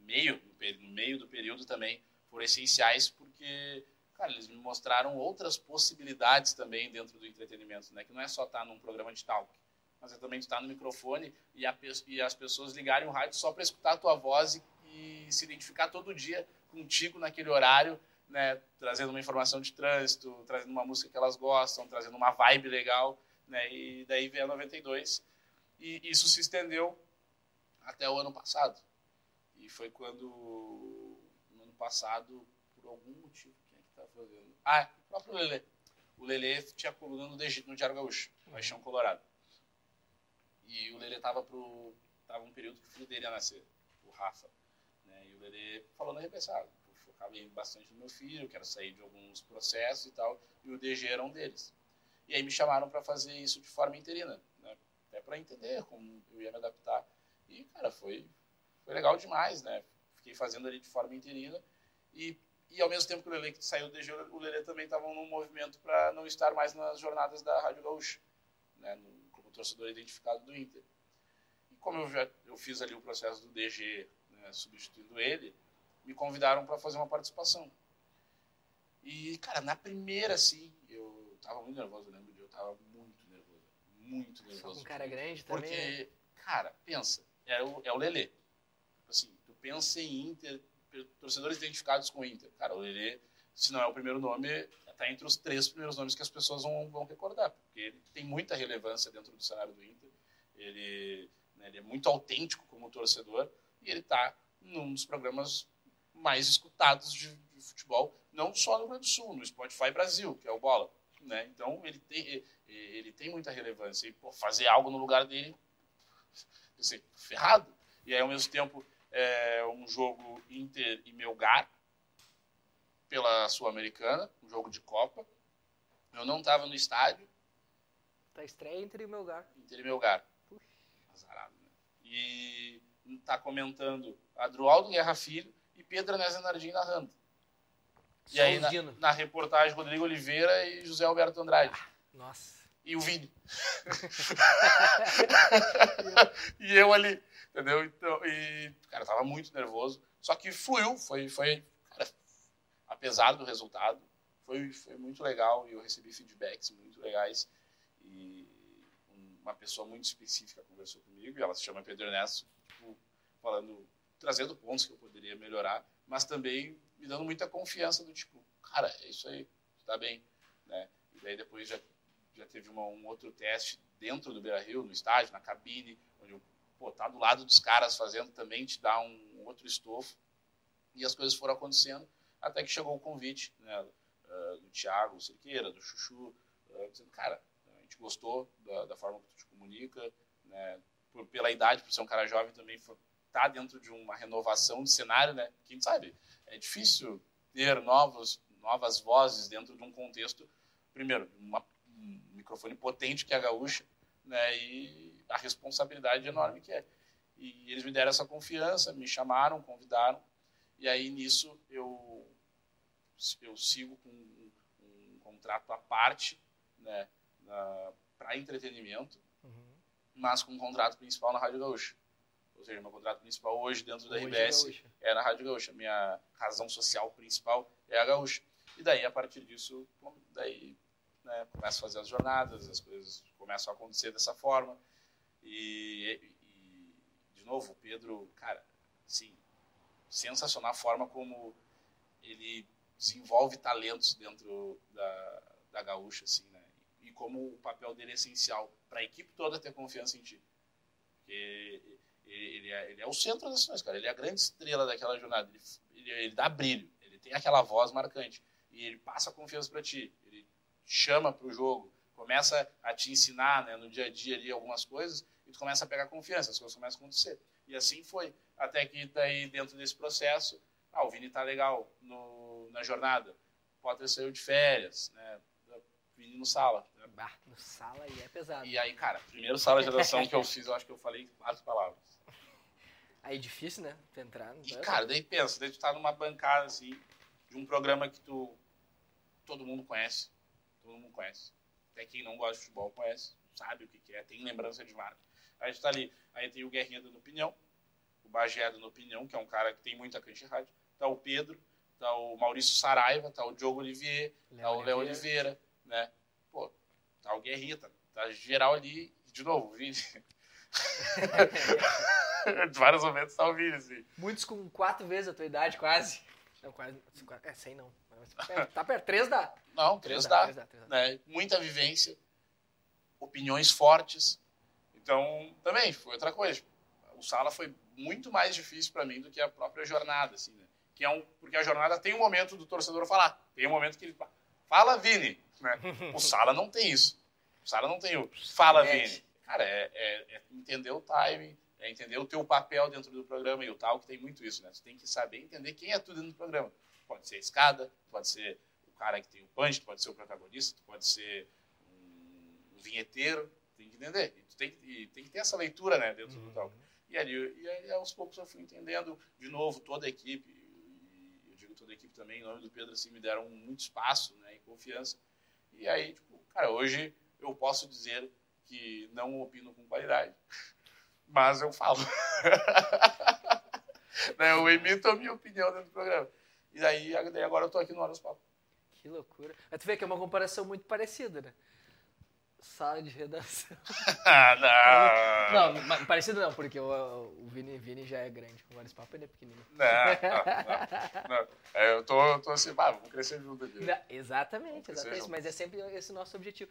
no meio do período também, foram essenciais porque, cara, eles me mostraram outras possibilidades também dentro do entretenimento, né, que não é só estar num programa de talk, mas é também estar no microfone e as pessoas ligarem o rádio só para escutar a tua voz e se identificar todo dia contigo naquele horário, né, trazendo uma informação de trânsito, trazendo uma música que elas gostam, trazendo uma vibe legal, né, e daí veio a 92. E isso se estendeu até o ano passado. E foi quando, no ano passado, por algum motivo, quem é que tá fazendo? O próprio Lelê. O Lelê tinha coluna no Diário Gaúcho, Paixão Colorado. E o Lelê tava um período que o filho dele ia nascer, o Rafa. Né, e o Lelê falou na repressada. Focava bastante no meu filho, quero sair de alguns processos e tal, e o DG era um deles. E aí me chamaram para fazer isso de forma interina, né? Até para entender como eu ia me adaptar. E, cara, foi legal demais, né? Fiquei fazendo ali de forma interina e ao mesmo tempo que o Lelê saiu do DG, o Lelê também estava num movimento para não estar mais nas jornadas da Rádio Gaúcho, né? Como torcedor identificado do Inter. E como eu fiz ali o processo do DG, né, substituindo ele, me convidaram para fazer uma participação. E, cara, na primeira, assim, eu tava muito nervoso, eu lembro de eu tava muito nervoso. Só com um cara grande também, porque, cara, pensa, é o Lelê. Assim, tu pensa em Inter, torcedores identificados com o Inter. Cara, o Lelê se não é o primeiro nome, está entre os 3 primeiros nomes que as pessoas vão recordar, porque ele tem muita relevância dentro do cenário do Inter, ele é muito autêntico como torcedor, e ele está num dos programas mais escutados de futebol, não só no Rio Grande do Sul, no Spotify Brasil, que é o Bola, né? Então ele tem muita relevância, e fazer algo no lugar dele, assim, ferrado. E aí, ao mesmo tempo, um jogo Inter e Melgar, pela Sul-Americana, um jogo de Copa. Eu não estava no estádio. Tá estreia Inter e Melgar. Inter e Melgar. Puxa. Azarado, né? E tá comentando Adroaldo Guerra Filho e Pedro Anésio Nardim narrando. E aí, na reportagem, Rodrigo Oliveira e José Alberto Andrade. Nossa. E o Vini. E eu ali, entendeu? Então, cara, eu tava muito nervoso. Só que fluiu, foi cara, apesar do resultado, foi muito legal e eu recebi feedbacks muito legais. E uma pessoa muito específica conversou comigo, e ela se chama Pedro Ernesto, tipo, trazendo pontos que eu poderia melhorar, mas também me dando muita confiança do tipo, cara, é isso aí, tá bem, né? E daí depois já teve um outro teste dentro do Beira-Rio, no estádio, na cabine, onde tá do lado dos caras fazendo também te dá um outro estofo, e as coisas foram acontecendo, até que chegou o convite, né, do Thiago Cerqueira, do Chuchu, dizendo, cara, a gente gostou da forma que tu te comunica, né, pela idade, por ser um cara jovem também, tá dentro de uma renovação de cenário, né, quem sabe, é difícil ter novas vozes dentro de um contexto, primeiro, um microfone potente que é a Gaúcha, né, e a responsabilidade enorme que é. E eles me deram essa confiança, me chamaram, convidaram, e aí nisso eu sigo com um contrato à parte, né, para entretenimento, mas com um contrato principal na Rádio Gaúcha. Ou seja, meu contrato principal hoje dentro da RBS é na Rádio Gaúcha. Minha razão social principal é a Gaúcha. E daí, a partir disso, né, começo a fazer as jornadas, as coisas começam a acontecer dessa forma. E de novo, o Pedro, cara, assim, sensacional a forma como ele desenvolve talentos dentro da Gaúcha, assim, né? E como o papel dele é essencial para a equipe toda ter confiança em ti. Porque ele é o centro das ações, cara. Ele é a grande estrela daquela jornada. Ele dá brilho, ele tem aquela voz marcante. E ele passa confiança para ti. Ele chama para o jogo, começa a te ensinar, né, no dia a dia ali algumas coisas, e tu começa a pegar confiança, as coisas começam a acontecer. E assim foi. Até que daí, dentro desse processo, o Vini tá legal na jornada. O Potter saiu de férias, né? Vini no Sala. No Sala e é pesado. E aí, cara, primeiro Sala de Redação que eu fiz, eu acho que eu falei 4 palavras. Aí é difícil, né? Tu entrar. E, cara, daí pensa, daí tu tá numa bancada, assim, de um programa que todo mundo conhece. Todo mundo conhece. Até quem não gosta de futebol conhece, sabe o que é, tem lembrança de marca. Aí a gente tá ali, aí tem o Guerrinha dando opinião, o Bagé dando opinião, que é um cara que tem muita cancha de rádio, tá o Pedro, tá o Maurício Saraiva, tá o Diogo Olivier, tá o Léo Oliveira, né? Pô, tá o Guerrinha, tá geral ali, de novo, o Vini. De vários momentos tá o Vini, assim. Muitos com 4 vezes a tua idade, quase. Não, quase. 100 não. Tá perto. 3 dá. Não, 3 dá. Né? Muita vivência, opiniões fortes. Então, também, foi outra coisa. O Sala foi muito mais difícil para mim do que a própria jornada, assim, né? Porque a jornada tem um momento do torcedor falar. Tem um momento que ele fala, Vini. Né? O Sala não tem isso. O Sala não tem o fala, Vini. Cara, é entender o timing, é entender o teu papel dentro do programa, e o tal que tem muito isso, né? Você tem que saber entender quem é tu dentro do programa. Pode ser a escada, pode ser o cara que tem o punch, pode ser o protagonista, pode ser um vinheteiro, tem que entender. E tu tem que ter essa leitura, né, dentro do tal. E aí, aos poucos, eu fui entendendo, de novo, toda a equipe, e eu digo toda a equipe também, em nome do Pedro, assim, me deram muito espaço, né, e confiança. E aí, tipo, cara, hoje eu posso dizer que não opino com qualidade, mas eu falo. Né, eu emito a minha opinião dentro do programa. E daí agora eu tô aqui no Horas Papo. Que loucura. Mas tu vê que é uma comparação muito parecida, né? Sala de redação. Não. Não, parecido não, porque o Vini já é grande. O Vários Papos ele é pequenininho. Não. Eu tô assim, vamos crescer junto aqui. Exatamente. Junto. Mas é sempre esse o nosso objetivo.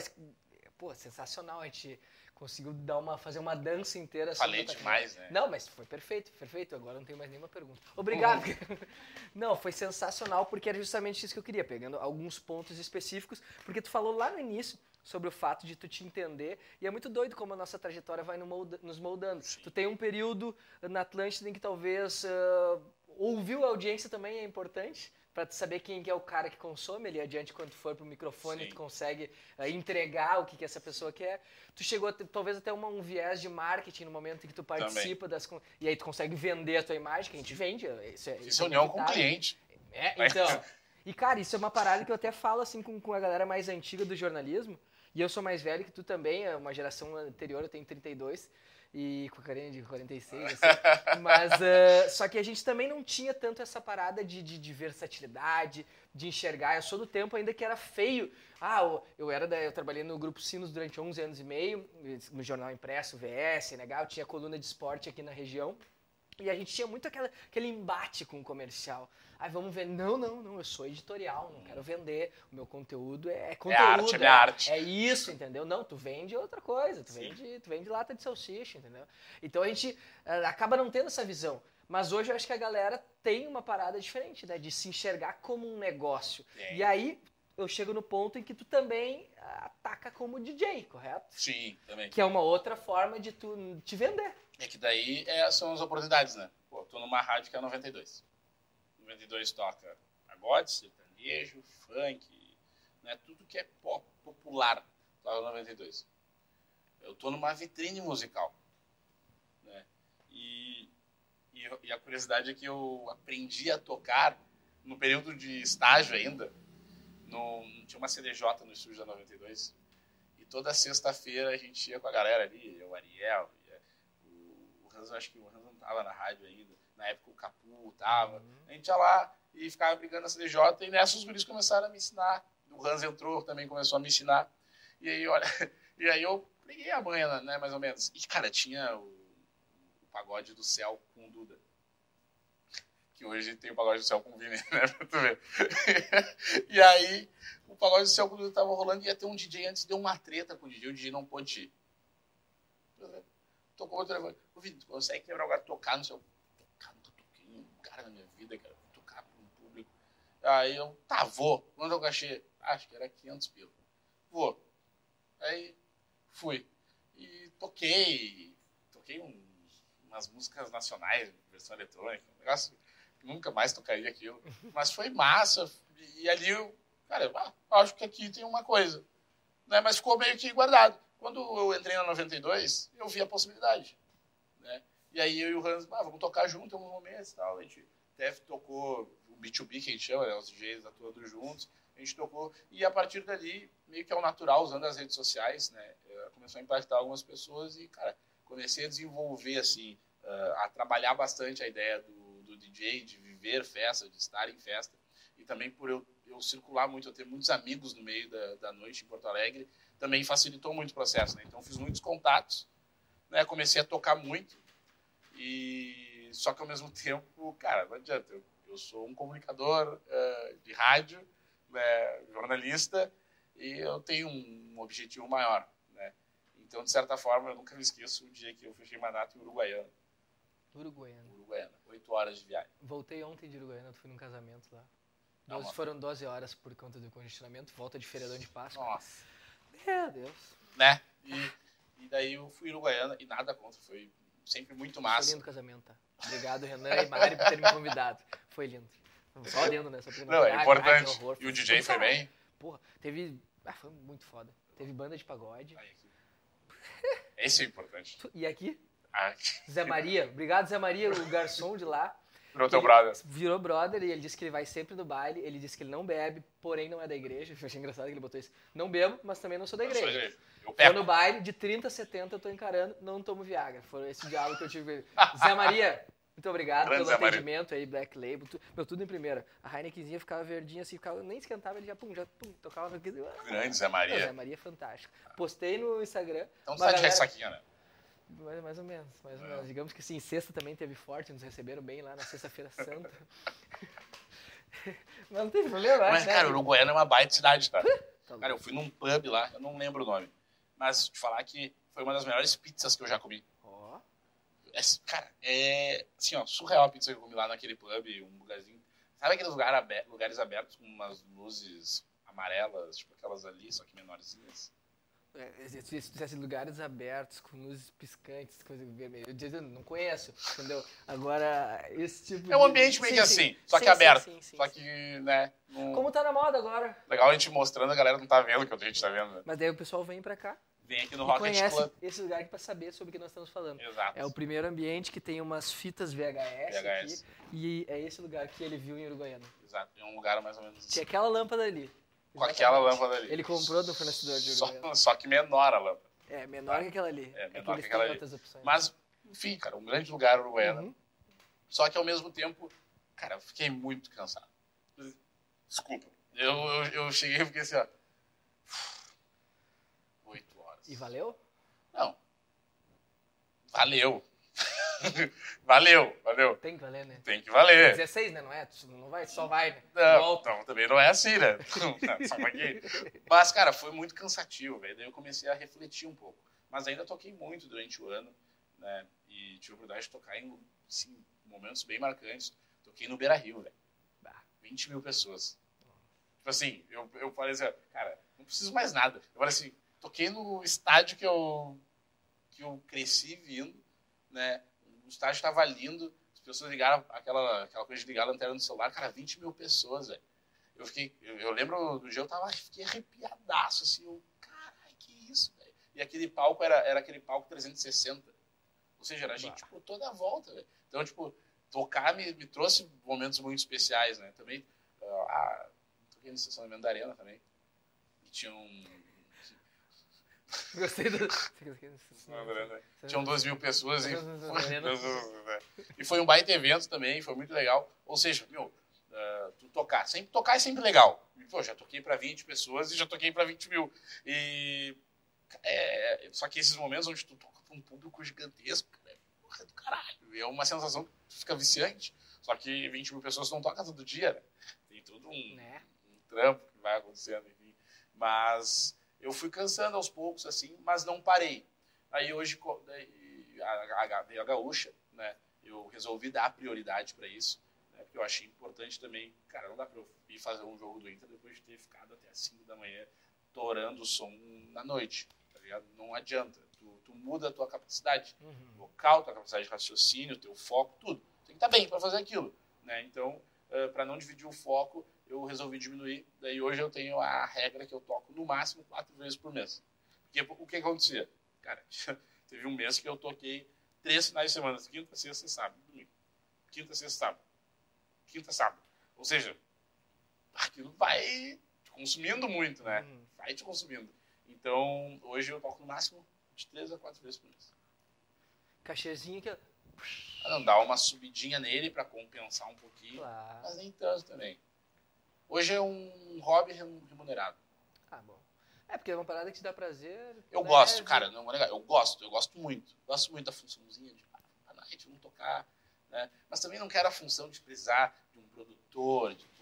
Sensacional, a gente conseguiu fazer uma dança inteira. Falei demais, né? Não, mas foi perfeito. Agora não tenho mais nenhuma pergunta. Obrigado. Não, foi sensacional, porque era justamente isso que eu queria, pegando alguns pontos específicos, porque tu falou lá no início sobre o fato de tu te entender, e é muito doido como a nossa trajetória vai nos moldando. Sim. Tu tem um período na Atlântida em que talvez ouvir a audiência também é importante, para tu saber quem é o cara que consome ali adiante, quando tu for pro microfone. Sim. Tu consegue entregar o que essa pessoa quer. Tu chegou a ter, talvez até um viés de marketing no momento em que tu participa e aí tu consegue vender a tua imagem, que a gente vende. Isso é união com o cliente. Então. E, cara, isso é uma parada que eu até falo assim com a galera mais antiga do jornalismo, e eu sou mais velho que tu também, é uma geração anterior, eu tenho 32, e com a carinha de 46, assim. Mas, só que a gente também não tinha tanto essa parada de versatilidade, de enxergar. Eu sou do tempo ainda que era feio. Eu trabalhei no Grupo Sinos durante 11 anos e meio, no jornal impresso, VS, eu tinha coluna de esporte aqui na região. E a gente tinha muito aquele embate com o comercial. Vamos ver. Não, eu sou editorial, não quero vender. O meu conteúdo é conteúdo. É arte. É isso, entendeu? Não, tu vende outra coisa, tu vende lata de salsicha, entendeu? Então a gente acaba não tendo essa visão. Mas hoje eu acho que a galera tem uma parada diferente, né? De se enxergar como um negócio. Sim. E aí eu chego no ponto em que tu também ataca como DJ, correto? Sim, também. Que é uma outra forma de tu te vender. É que daí são as oportunidades, né? Pô, tô numa rádio que é 92. 92 toca pagode, sertanejo, funk, né? Tudo que é pop, popular, toca 92. Eu tô numa vitrine musical, né? E a curiosidade é que eu aprendi a tocar no período de estágio ainda. Tinha uma CDJ no estúdio da 92. E toda sexta-feira a gente ia com a galera ali, o Ariel, acho que o Hans não tava na rádio ainda. Na época o Capu tava. A gente ia lá e ficava brigando na CDJ. E nessa os guris começaram a me ensinar. O Hans entrou, também começou a me ensinar. E aí, eu peguei a manha, né, mais ou menos. E, cara, tinha o Pagode do Céu com o Duda. Que hoje tem o Pagode do Céu com o Vini, né, pra tu ver. E aí, o Pagode do Céu com o Duda tava rolando e ia ter um DJ antes, deu uma treta com o DJ não pôde ir. Tocou o telefone. Ô, Vini, tu consegue quebrar agora, tocar no seu... Cara, nunca toquei um cara na minha vida, cara. Tocar para um público. Aí eu, vou. Quando eu cachê? Acho que era 500 pila. Vou. Aí, fui. E toquei umas músicas nacionais, versão eletrônica. Um negócio que nunca mais tocaria aquilo. Mas foi massa. E ali eu, cara, acho que aqui tem uma coisa. Né? Mas ficou meio que guardado. Quando eu entrei na 92, eu vi a possibilidade, né? E aí eu e o Hans, vamos tocar junto em alguns momentos e tal. A gente até tocou o B2B, que a gente chama, né? Os DJs atuando juntos. A gente tocou. E a partir dali, meio que é o natural, usando as redes sociais, né? Começou a impactar algumas pessoas e, cara, comecei a desenvolver, assim, a trabalhar bastante a ideia do DJ, de viver festa, de estar em festa. E também por eu circular muito, eu ter muitos amigos no meio da noite em Porto Alegre, também facilitou muito o processo, né? Então fiz muitos contatos, né? Comecei a tocar muito, e só que ao mesmo tempo, cara, não adianta, eu sou um comunicador de rádio, né? Jornalista, e eu tenho um objetivo maior, né? Então, de certa forma, eu nunca me esqueço o dia que eu fechei mandato em Uruguaiana. Uruguaiana, 8 horas de viagem. Voltei ontem de Uruguaiana, fui num casamento lá. Foram 12 horas por conta do congestionamento, volta de feriadão de Páscoa. Nossa. Meu Deus. Né? E daí eu fui em Uruguaiana e nada contra, foi sempre muito massa. Foi lindo o casamento, tá? Obrigado, Renan e Mari, por terem me convidado. Foi lindo. Só dentro, né? Não, é importante. E o DJ foi bem? Porra, foi muito foda. Teve banda de pagode. Esse é importante. E aqui? Zé Maria. Obrigado, Zé Maria, o garçom de lá. Virou teu brother. Virou brother e ele disse que ele vai sempre no baile. Ele disse que ele não bebe, porém não é da igreja. Eu achei engraçado que ele botou isso. Não bebo, mas também não sou da igreja. Eu pego. Tô no baile, de 30 a 70 eu tô encarando, não tomo Viagra. Foi esse diálogo que eu tive com ele. Zé Maria, Muito obrigado Grande pelo Zé Maria. atendimento aí, Black Label. Tudo em primeira. A Heinekenzinha ficava verdinha assim, nem esquentava, ele já tocava. Grande Zé Zé Maria. Maria é fantástico. Postei no Instagram. Então tu uma tá de galera- ressaquinha, né? Mais ou menos. Digamos que sim, sexta também teve forte, nos receberam bem lá na sexta-feira santa. Mas não tem problema, Mas, né? cara, Uruguaiana é uma baita cidade, tá? Tá Cara, eu fui num pub lá, eu não lembro o nome. Mas te falar que foi uma das melhores pizzas que eu já comi. Ó, Cara, é assim, ó, surreal a pizza que eu comi lá naquele pub, um lugarzinho. Sabe aqueles lugares abertos com umas luzes amarelas, tipo aquelas ali, só que menorzinhas? se tivesse lugares abertos, com luzes piscantes, coisa vermelha. Eu não conheço, entendeu? Agora, esse tipo É um ambiente meio que assim, só que aberto. Só que, né? Como tá na moda agora. Legal a gente mostrando, a galera não tá vendo o que a gente tá vendo. Né? Mas daí o pessoal vem pra cá Vem aqui no e Rocket conhece Club. esse lugar aqui pra saber sobre o que nós estamos falando. Exato. É o primeiro ambiente que tem umas fitas VHS, VHS. aqui, e é esse lugar que ele viu em Uruguaiana. Exato. É um lugar mais ou menos assim. Tinha aquela lâmpada ali. Com aquela lâmpada ali. Ele comprou do fornecedor de Uruguaiana. Só que menor a lâmpada. É, menor que aquela ali. É, que menor eles que aquela têm ali. outras opções. Mas, enfim, cara, um grande lugar Uruguaiana. Uhum. Só que ao mesmo tempo, cara, eu fiquei muito cansado. Desculpa. Eu cheguei e fiquei assim, ó. 8 horas. E valeu? Não. Valeu. Valeu. Tem que valer, né? Tem que valer. 16, né? Não é? Não vai, só vai, né? Não, Volta. então, também não é assim, né? Só um pouquinho. Mas, cara, foi muito cansativo, velho. Daí eu comecei a refletir um pouco. Mas ainda toquei muito durante o ano, né? E tive a oportunidade de tocar em, assim, momentos bem marcantes. Toquei no Beira-Rio, velho. 20 mil pessoas. Tipo assim, eu falei assim, cara, não preciso mais nada. Eu falei assim, toquei no estádio que eu cresci vindo, né? O estádio estava lindo, as pessoas ligaram, aquela coisa de ligar a lanterna no celular, cara, 20 mil pessoas, velho. Eu lembro do dia, fiquei arrepiadaço, assim, caralho, que isso, velho. E aquele palco era aquele palco 360. Ou seja, era gente por toda a volta, velho. Então, tipo, tocar me trouxe momentos muito especiais, né? Também, toquei no estacionamento da Arena também. E tinha Gostei do... Tinham 2 mil pessoas e foi um baita evento também, foi muito legal. Ou seja, tu tocar é sempre legal. Pô, já toquei para 20 pessoas e já toquei para 20 mil. Só que esses momentos onde tu toca para um público gigantesco, cara, porra do caralho. É uma sensação que fica viciante. Só que 20 mil pessoas não tocam todo dia, né? Tem todo um trampo que vai acontecendo, enfim. Mas eu fui cansando aos poucos, assim, mas não parei. Aí hoje, a Gaúcha, né, eu resolvi dar prioridade para isso, né, porque eu achei importante também, cara, não dá para eu ir fazer um jogo do Inter depois de ter ficado até as 5 da manhã torando o som na noite, tá ligado? Não adianta, tu muda a tua capacidade vocal, tua capacidade de raciocínio, teu foco, tudo. Tem que estar bem para fazer aquilo, né? Então, para não dividir o foco, eu resolvi diminuir. Daí hoje eu tenho a regra que eu toco no máximo 4 vezes por mês. Porque o que acontecia? Cara, teve um mês que eu toquei 3 finais de semana, quinta, sexta e sábado, domingo. Quinta, sexta, sábado. Quinta, sábado. Ou seja, aquilo vai te consumindo muito, né? Vai te consumindo. Então, hoje eu toco no máximo de 3 a 4 vezes por mês. Cachezinho que... Não, dá uma subidinha nele para compensar um pouquinho, Claro. mas nem tanto também. Hoje é um hobby remunerado. Ah, bom. Porque é uma parada que te dá prazer. Eu gosto, cara, não é legal. Eu gosto muito. Gosto muito da funçãozinha de à noite, vamos tocar, né? Mas também não quero a função de precisar de um produtor, de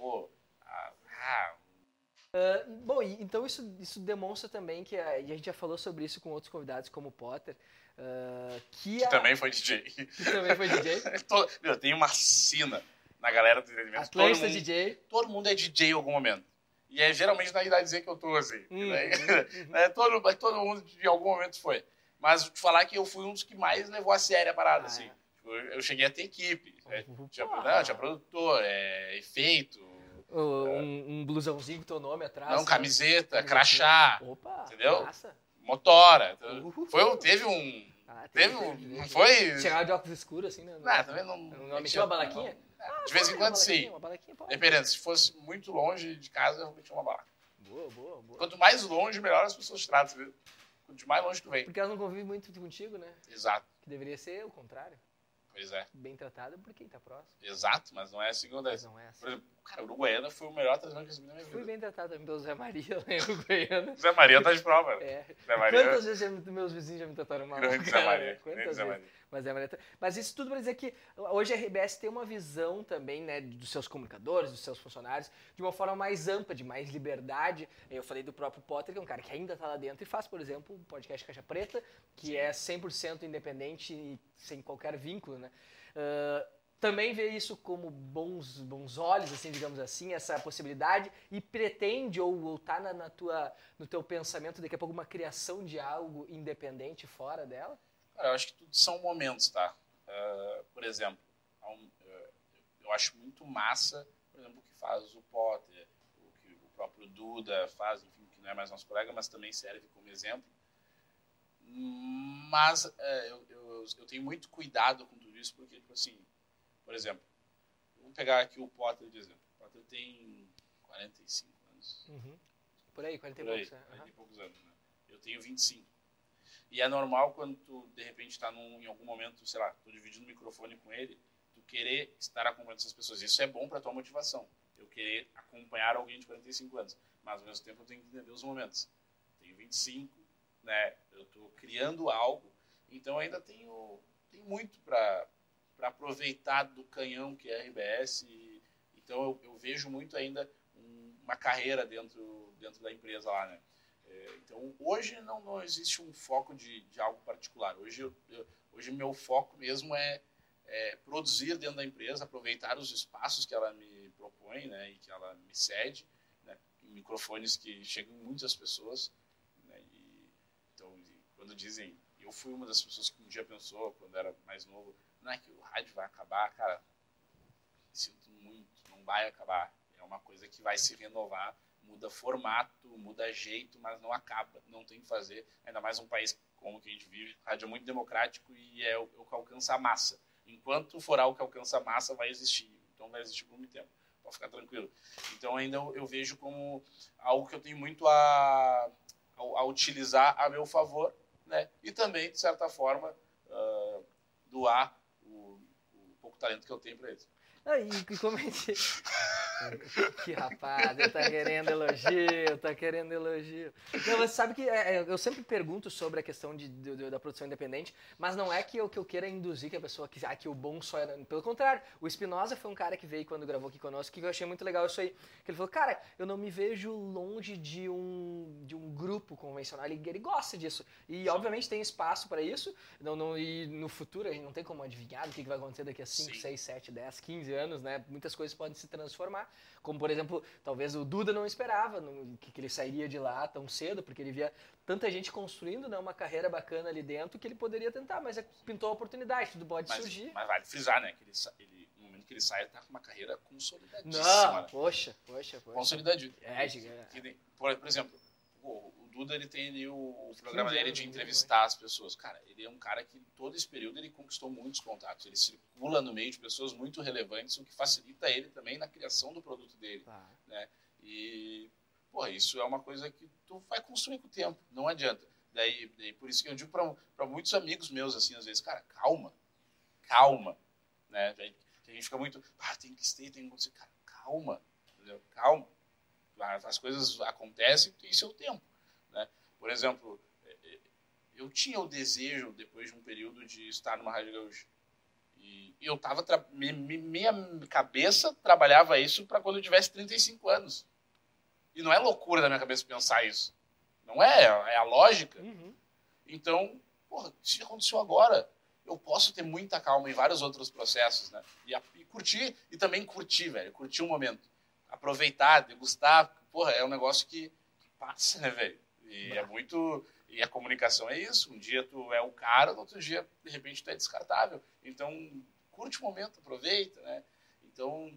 Bom, então isso demonstra também que e a gente já falou sobre isso com outros convidados, como o Potter, que também foi DJ. Que também foi DJ. Eu tenho uma sina na galera do entretenimento. Atlanta DJ. Todo mundo é DJ em algum momento. E é geralmente na idade dizer que eu tô assim. Todo mundo em algum momento foi. Mas te falar que eu fui um dos que mais levou a sério a parada, assim. Eu cheguei a ter equipe. Tinha produtor, efeito. Um blusãozinho com teu nome atrás. Não, camiseta, crachá. Opa, entendeu? Massa. Motora. Teve um... Não foi... Chegava de óculos escuros, assim, né? Também não... Não metia uma balaquinha? De vez em quando, sim. Uma balaquinha, pode. Dependendo, se fosse muito longe de casa, eu metia uma bala. Boa. Quanto mais longe, melhor as pessoas te tratam, viu? Quanto mais longe tu vem. Porque elas não convivem muito contigo, né? Exato. Que deveria ser o contrário. Pois é. Bem tratado por quem tá próximo. Exato, mas não é assim que acontece. Não é assim. Por exemplo, cara, o Uruguaiana foi o melhor tratamento que eu recebi na minha vida. Fui bem tratado também pelo Zé Maria lá em Uruguaiana. Zé Maria tá de prova. Zé Maria... Quantas vezes meus vizinhos já me trataram mal? Grande Zé Maria. Quantas vezes? Mas isso tudo para dizer que hoje a RBS tem uma visão também, né, dos seus comunicadores, dos seus funcionários, de uma forma mais ampla, de mais liberdade. Eu falei do próprio Potter, que é um cara que ainda está lá dentro e faz, por exemplo, o podcast Caixa Preta, que é 100% independente e sem qualquer vínculo, né? Também vê isso como bons olhos, assim, digamos assim, essa possibilidade, e pretende ou tá no teu pensamento daqui a pouco uma criação de algo independente fora dela? Cara, eu acho que tudo são momentos, tá? Por exemplo, eu acho muito massa, por exemplo, o que faz o Potter, o que o próprio Duda faz, enfim, que não é mais nosso colega, mas também serve como exemplo. Mas eu tenho muito cuidado com tudo isso, porque, tipo assim, por exemplo, vamos pegar aqui o Potter de exemplo. O Potter tem 45 anos. Uhum. Por aí, 40 e poucos anos. Né? Eu tenho 25. E é normal quando tu, de repente, está em algum momento, sei lá, tô dividindo o microfone com ele, tu querer estar acompanhando essas pessoas. Isso é bom para tua motivação. Eu querer acompanhar alguém de 45 anos. Mas, ao mesmo tempo, eu tenho que entender os momentos. Tenho 25, né? Eu tô criando algo, então ainda tenho muito para aproveitar do canhão que é a RBS. Então, eu vejo muito ainda uma carreira dentro da empresa lá, né? Então, hoje não existe um foco de algo particular. Hoje meu foco mesmo é produzir dentro da empresa, aproveitar os espaços que ela me propõe, né, e que ela me cede, né, microfones que chegam em muitas pessoas. Né, então, quando dizem, eu fui uma das pessoas que um dia pensou, quando era mais novo, não é que o rádio vai acabar, cara, sinto muito, não vai acabar. É uma coisa que vai se renovar, muda formato, muda jeito, mas não acaba, não tem que fazer. Ainda mais um país como que a gente vive, o rádio é muito democrático e é o que alcança a massa. Enquanto for algo que alcança a massa, vai existir. Então vai existir por muito tempo. Pode ficar tranquilo. Então ainda eu vejo como algo que eu tenho muito a utilizar a meu favor, né? E também, de certa forma, doar o pouco talento que eu tenho para eles. E como é que rapaz, ele tá querendo elogio. Não, você sabe que eu sempre pergunto sobre a questão da produção independente, mas não é que eu queira induzir que a pessoa que o bom só era... Pelo contrário, o Espinosa foi um cara que veio quando gravou aqui conosco, que eu achei muito legal isso aí. Que ele falou, cara, eu não me vejo longe de um grupo convencional, ele gosta disso. E obviamente tem espaço para isso, e no futuro a gente não tem como adivinhar o que vai acontecer daqui a 5, 6, 7, 10, 15 anos, né? Muitas coisas podem se transformar, como por exemplo, talvez o Duda não esperava que ele sairia de lá tão cedo, porque ele via tanta gente construindo, né, uma carreira bacana ali dentro que ele poderia tentar, mas pintou a oportunidade, tudo pode surgir. Mas vale frisar, né, que no momento que ele sai, ele tá com uma carreira consolidadíssima. Não, né? poxa. Consolidadíssima. Por exemplo, o Duda, ele tem ali o programa dele de entrevistar as pessoas. Cara, ele é um cara que todo esse período ele conquistou muitos contatos. Ele circula no meio de pessoas muito relevantes, o que facilita ele também na criação do produto dele. Né? E, isso é uma coisa que tu vai construir com o tempo, não adianta. Daí por isso que eu digo para muitos amigos meus, assim, às vezes, cara, calma. Né? A gente fica muito, tem que acontecer. Cara, calma, entendeu? Calma. As coisas acontecem e tem seu tempo. Né? Por exemplo, eu tinha o desejo, depois de um período, de estar numa Rádio Gaúcha. E eu estava... Minha cabeça trabalhava isso para quando eu tivesse 35 anos. E não é loucura da minha cabeça pensar isso. Não é a lógica. Uhum. Então, se aconteceu agora, eu posso ter muita calma em vários outros processos, né? E curtir, e também curtir, velho. Curtir o momento. Aproveitar, degustar. É um negócio que passa, né, velho? E é muito... E a comunicação é isso. Um dia tu é o cara, no outro dia, de repente, tu é descartável. Então, curte o momento, aproveita, né? Então,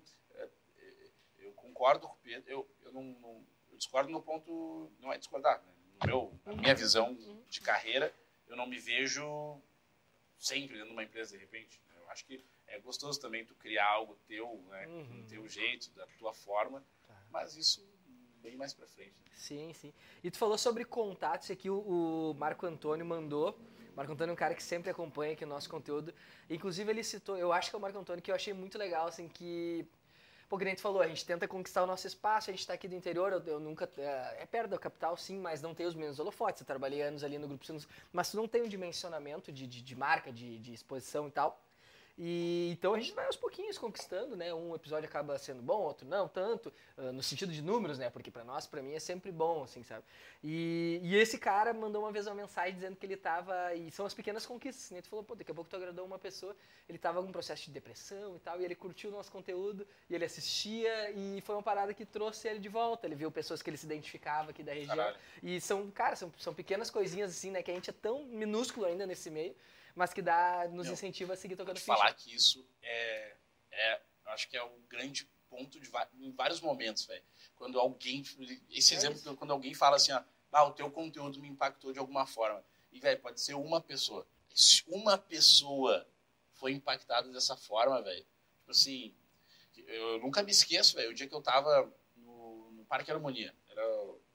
eu concordo com o Pedro. Eu discordo no ponto... Não é discordar, né? Na minha visão de carreira, eu não me vejo sempre dentro de uma empresa, de repente. Eu acho que é gostoso também tu criar algo teu, né? Do teu jeito, da tua forma. Mas isso... bem mais pra frente. Né? Sim. E tu falou sobre contatos aqui, o Marco Antônio mandou O Marco Antônio é um cara que sempre acompanha aqui o nosso conteúdo. Inclusive, ele citou, eu acho que é o Marco Antônio, que eu achei muito legal, assim, que... Pô, que nem tu falou, a gente tenta conquistar o nosso espaço, a gente tá aqui do interior, eu nunca... É perto da capital, sim, mas não tem os mesmos holofotes. Eu trabalhei anos ali no Grupo Sinos, mas tu não tem um dimensionamento de marca, de exposição e tal. E então a gente vai aos pouquinhos conquistando, né? Um episódio acaba sendo bom, outro não tanto, no sentido de números, né? Porque pra mim é sempre bom, assim, sabe? E esse cara mandou uma vez uma mensagem dizendo que ele tava, e são as pequenas conquistas, né? Tu falou, pô, daqui a pouco tu agradou uma pessoa, ele tava com um processo de depressão e tal, e ele curtiu o nosso conteúdo, e ele assistia, e foi uma parada que trouxe ele de volta. Ele viu pessoas que ele se identificava aqui da região. Caralho. E são pequenas coisinhas assim, né? Que a gente é tão minúsculo ainda nesse meio, mas que nos incentiva a seguir tocando ficha. Falar que isso eu acho que é o grande ponto em vários momentos, velho. Quando alguém, esse exemplo, quando alguém fala assim, o teu conteúdo me impactou de alguma forma. E, velho, pode ser uma pessoa. Se uma pessoa foi impactada dessa forma, velho, tipo assim, eu nunca me esqueço, velho, o dia que eu tava no Parque Harmonia. Era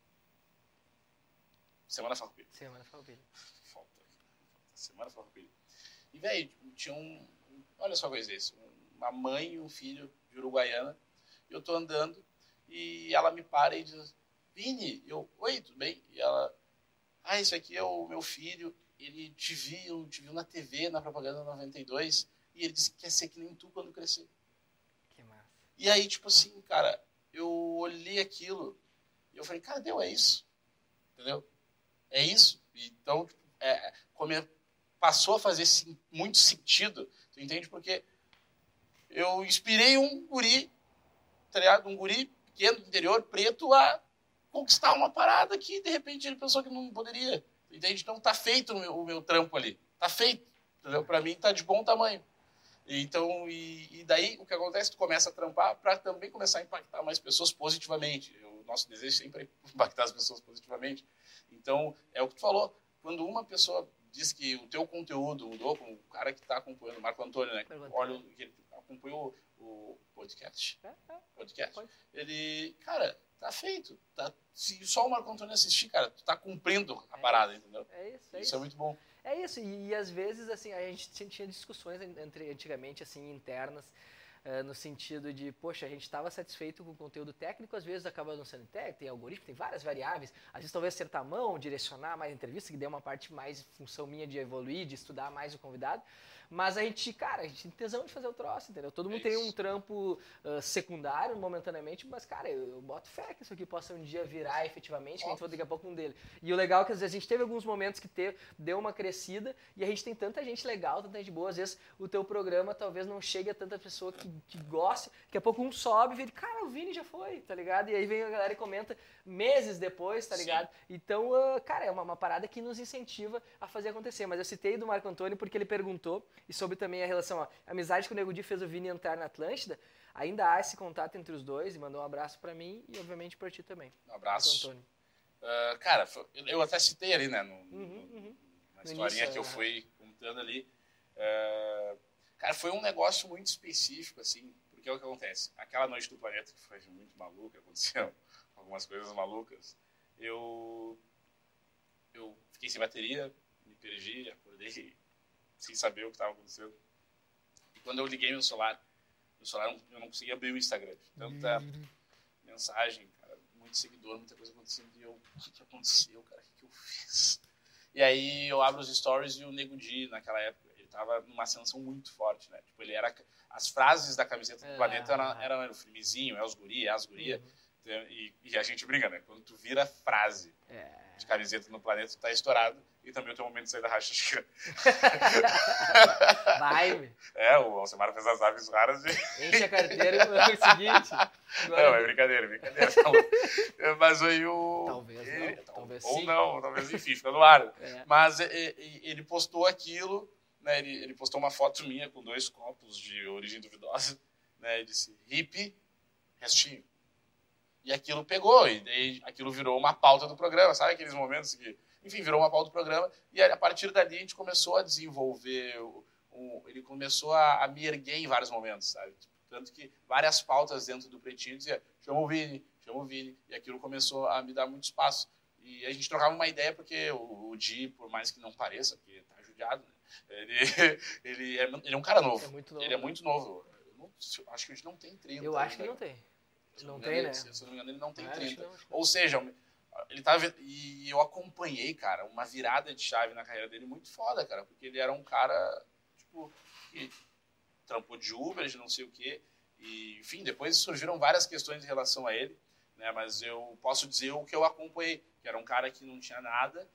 Semana Farroupilha. Semana Farroupilha. Semana Farroupilha. E, velho, tinha olha só a coisa desse. Uma mãe e um filho de Uruguaiana. E eu tô andando e ela me para e diz, Vini, oi, tudo bem? E ela, esse aqui é o meu filho. Ele te viu na TV, na propaganda 92. E ele disse que quer ser que nem tu quando crescer. Que massa. E aí, tipo assim, cara, eu olhei aquilo e eu falei, cara, é isso. Entendeu? É isso. Então, tipo, passou a fazer muito sentido, tu entende? Porque eu inspirei um guri, tá ligado? Um guri pequeno do interior, preto, a conquistar uma parada que, de repente, ele pensou que não poderia, entende? Então, tá feito o meu trampo ali, tá feito, entendeu? Pra mim, tá de bom tamanho. Então, e daí, o que acontece? Tu começa a trampar pra também começar a impactar mais pessoas positivamente. O nosso desejo sempre é impactar as pessoas positivamente. Então, é o que tu falou, quando uma pessoa diz que o teu conteúdo mudou, como o cara que está acompanhando, o Marco Antônio, né? Olha, ele acompanhou o podcast. Ele, cara, tá feito. Se só o Marco Antônio assistir, cara, tu tá cumprindo a parada, entendeu? Isso é muito bom. É isso, e às vezes, assim, a gente tinha discussões antigamente, assim, internas, no sentido de, poxa, a gente estava satisfeito com o conteúdo técnico, às vezes acaba não sendo técnico, tem algoritmo, tem várias variáveis, às vezes talvez acertar a mão, direcionar mais a entrevista, que dê uma parte mais função minha de evoluir, de estudar mais o convidado, mas a gente tem tesão de fazer o troço, entendeu? Todo mundo tem um trampo secundário, momentaneamente, mas, cara, eu boto fé que isso aqui possa um dia virar efetivamente, que a gente vai daqui a pouco um dele. E o legal é que às vezes a gente teve alguns momentos que deu uma crescida e a gente tem tanta gente legal, tanta gente boa, às vezes o teu programa talvez não chegue a tanta pessoa que goste, daqui a pouco um sobe e vê, cara, o Vini já foi, tá ligado? E aí vem a galera e comenta meses depois, tá ligado? Sim. Então, cara, é uma parada que nos incentiva a fazer acontecer. Mas eu citei do Marco Antônio porque ele perguntou, e sobre também a relação, a amizade que o Nego Di fez o Vini entrar na Atlântida, ainda há esse contato entre os dois, e mandou um abraço pra mim e obviamente pra ti também. Um abraço. Marco Antônio. Cara, eu até citei ali, né, na historinha início, que eu fui contando ali. Cara, foi um negócio muito específico, assim, porque é o que acontece. Aquela noite do planeta que foi muito maluca, aconteceram algumas coisas malucas. Eu fiquei sem bateria, me perdi, acordei sem saber o que estava acontecendo. E quando eu liguei meu celular eu não conseguia abrir o Instagram. Tanta mensagem, cara, muito seguidor, muita coisa acontecendo. E eu, o que aconteceu, cara? O que eu fiz? E aí eu abro os stories e o Nego Di, naquela época, ele tava numa ascensão muito forte, né? Tipo, ele era... As frases da camiseta do planeta eram o filmezinho, é os guri, é as guria. E a gente brinca, né? Quando tu vira frase de camiseta no planeta, tu tá estourado. E também o teu momento de sair da racha chica. Vai! O Alcemar fez as aves raras de... Enche a carteira e é o seguinte... Não, é brincadeira. Mas aí o... Talvez não, talvez ou sim. não, talvez enfim, fica no ar. Mas ele postou aquilo, né? Ele postou uma foto minha com 2 copos de origem duvidosa, né? Ele disse, hippie, restinho. E aquilo pegou, e daí aquilo virou uma pauta do programa, sabe aqueles momentos que... Enfim, virou uma pauta do programa, e a partir dali a gente começou a desenvolver, ele começou a me erguer em vários momentos, sabe? Tanto que várias pautas dentro do Pretinho dizia, chama o Vini, e aquilo começou a me dar muito espaço. E a gente trocava uma ideia, porque o Di, por mais que não pareça, porque tá judiado, né? Ele é um cara novo. É muito novo. Ele é muito novo. Acho que o Di não tem 30. Eu acho que não tem. Não tem, né? Se eu não me engano, ele não tem Ah, 30. não. Ou seja, ele tava. E eu acompanhei, cara, uma virada de chave na carreira dele muito foda, cara. Porque ele era um cara, tipo, que trampou de Uber, de não sei o quê. E, enfim, depois surgiram várias questões em relação a ele, né? Mas eu posso dizer o que eu acompanhei, que era um cara que não tinha nada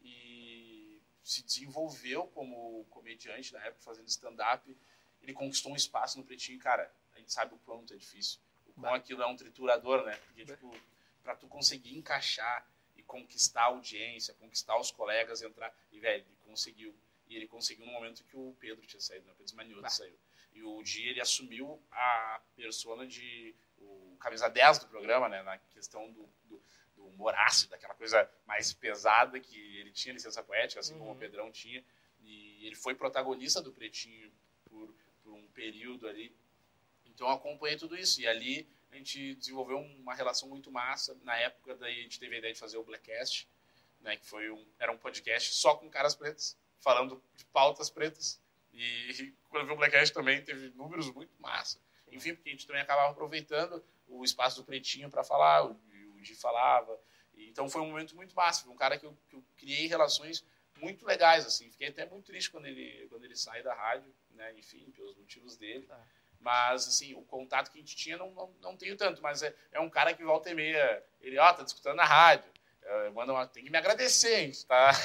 e se desenvolveu como comediante na época, fazendo stand-up. Ele conquistou um espaço no Pretinho, cara, a gente sabe o quanto é difícil. O quão aquilo é um triturador, né? Porque, tipo, pra tu conseguir encaixar e conquistar a audiência, conquistar os colegas, entrar... E, velho, ele conseguiu. E ele conseguiu no momento que o Pedro tinha saído, né? O Pedro Esmanioto saiu. E o Di, ele assumiu a persona de o camisa 10 do programa, né? Na questão do humor ácido, daquela coisa mais pesada que ele tinha licença poética, assim como o Pedrão tinha. E ele foi protagonista do Pretinho por um período ali. Então eu acompanhei tudo isso. E ali a gente desenvolveu uma relação muito massa. Na época, daí a gente teve a ideia de fazer o Blackcast, né? Que era um podcast só com caras pretos, falando de pautas pretas. E quando eu vi o Blackcast também teve números muito massa. Enfim, porque a gente também acabava aproveitando o espaço do Pretinho para falar, o Di falava. Então foi um momento muito massa. Foi um cara que eu criei relações muito legais, assim. Fiquei até muito triste quando ele sai da rádio, né? Enfim, pelos motivos dele. Mas, assim, o contato que a gente tinha não tenho tanto. Mas é um cara que volta e meia, ele, tá discutindo na rádio. Tem que me agradecer, hein?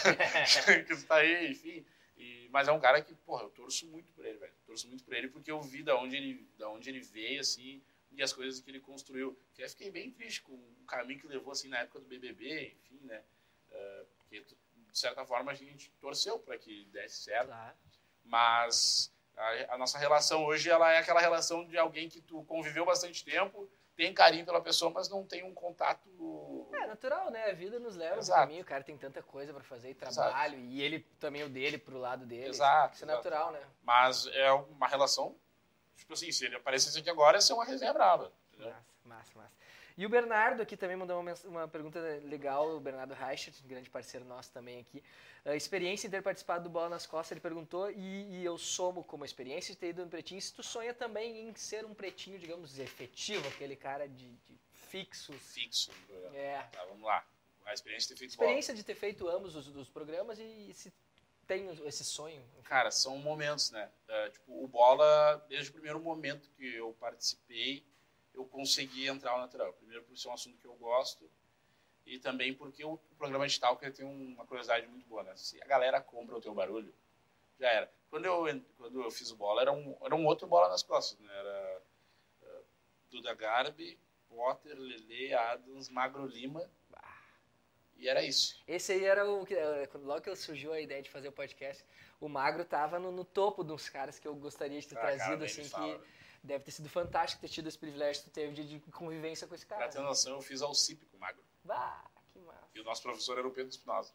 Que você tá aí, enfim. Mas é um cara que, porra, eu torço muito por ele, velho. Torço muito por ele porque eu vi da onde ele veio, assim, e as coisas que ele construiu. Eu fiquei bem triste com o caminho que levou, assim, na época do BBB, enfim, né? Porque, de certa forma, a gente torceu para que desse certo. Claro. Mas a nossa relação hoje, ela é aquela relação de alguém que tu conviveu bastante tempo, tem carinho pela pessoa, mas não tem um contato... É natural, né? A vida nos leva Exato. pro caminho, o cara tem tanta coisa pra fazer, trabalho, exato. E ele também o dele pro lado dele. Exato. Isso é natural, né? Mas é uma relação, tipo assim, se ele aparecesse aqui agora, ia ser uma resenha brava. Entendeu? Massa. E o Bernardo aqui também mandou uma pergunta legal, o Bernardo Reichert, grande parceiro nosso também aqui. A experiência em ter participado do Bola nas Costas, ele perguntou, e eu somo como experiência de ter ido no Pretinho, se tu sonha também em ser um pretinho, digamos, efetivo, aquele cara de fixo. Fixo. É. Tá, vamos lá. A experiência de ter feito experiência de ter feito ambos os programas e se tem esse sonho. Cara, são momentos, né? Tipo, o Bola, desde o primeiro momento que eu participei, eu consegui entrar ao natural. Primeiro por ser um assunto que eu gosto e também porque o programa digital que tem uma curiosidade muito boa, né? Se a galera compra o teu barulho, já era. Quando eu fiz o Bola, era um outro Bola nas Costas, né? Era Duda Garbi, Potter, Lelê, Adams, Magro Lima, e era isso. Esse aí era logo que surgiu a ideia de fazer o podcast, o Magro tava no topo dos caras que eu gostaria de ter trazido, assim, que deve ter sido fantástico ter tido esse privilégio que tu teve de convivência com esse cara. Pra ter noção, eu fiz Alcipe com o Magro. Que massa. E o nosso professor era o Pedro Espinosa.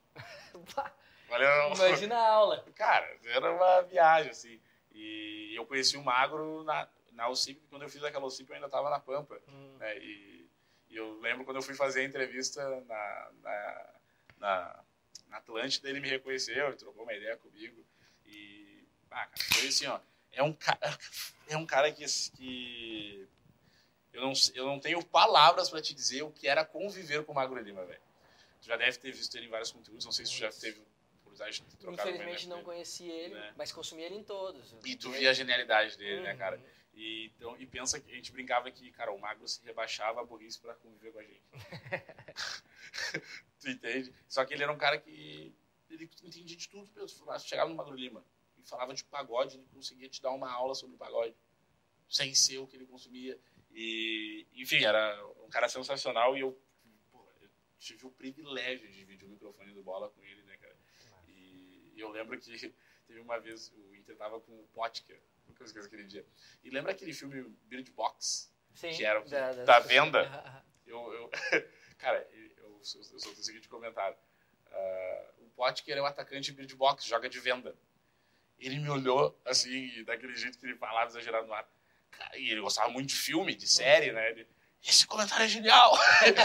Imagina a aula. Cara, era uma viagem, assim. E eu conheci o Magro na Alcipe, quando eu fiz aquela Alcipe eu ainda estava na Pampa. Né? E eu lembro quando eu fui fazer a entrevista na Atlântida, ele me reconheceu, ele trocou uma ideia comigo. E, cara, foi assim, ó. É um cara que eu não tenho palavras para te dizer o que era conviver com o Magro Lima, velho. Tu já deve ter visto ele em vários conteúdos, não sei se tu já teve oportunidade de trocar. Infelizmente não conheci ele, né? Mas consumi ele em todos. E tu via a genialidade dele, né, cara? E pensa que a gente brincava que, cara, o Magro se rebaixava a burrice pra conviver com a gente. Tu entende? Só que ele era um cara que ele entendia de tudo. Tu chegava no Magro Lima e falava de pagode, ele conseguia te dar uma aula sobre pagode, sem ser o que ele consumia. E, enfim, era um cara sensacional e eu tive o privilégio de dividir o microfone do Bola com ele, né, cara? E eu lembro que teve uma vez, o Inter tava com o Potker, nunca esqueço aquele dia. E lembra aquele filme Bird Box? Sim, que era da venda? Cara, eu sou do seguinte comentário. O Potker é um atacante de Bird Box, joga de venda. Ele me olhou, assim, daquele jeito que ele falava exagerado no ar. Cara, e ele gostava muito de filme, de série, né? esse comentário é genial.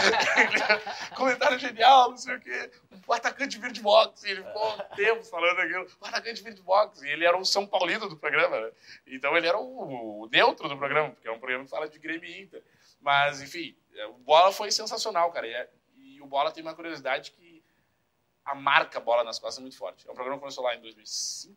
Comentário genial, não sei o quê. O atacante vir de boxe. Ele ficou tempo falando aquilo. O atacante vir de boxe. E ele era o São Paulino do programa, né? Então ele era o neutro do programa, porque é um programa que fala de Grêmio e Inter. Mas, enfim, o Bola foi sensacional, cara. E o Bola tem uma curiosidade que a marca Bola nas Costas é muito forte. É um programa que começou lá em 2005.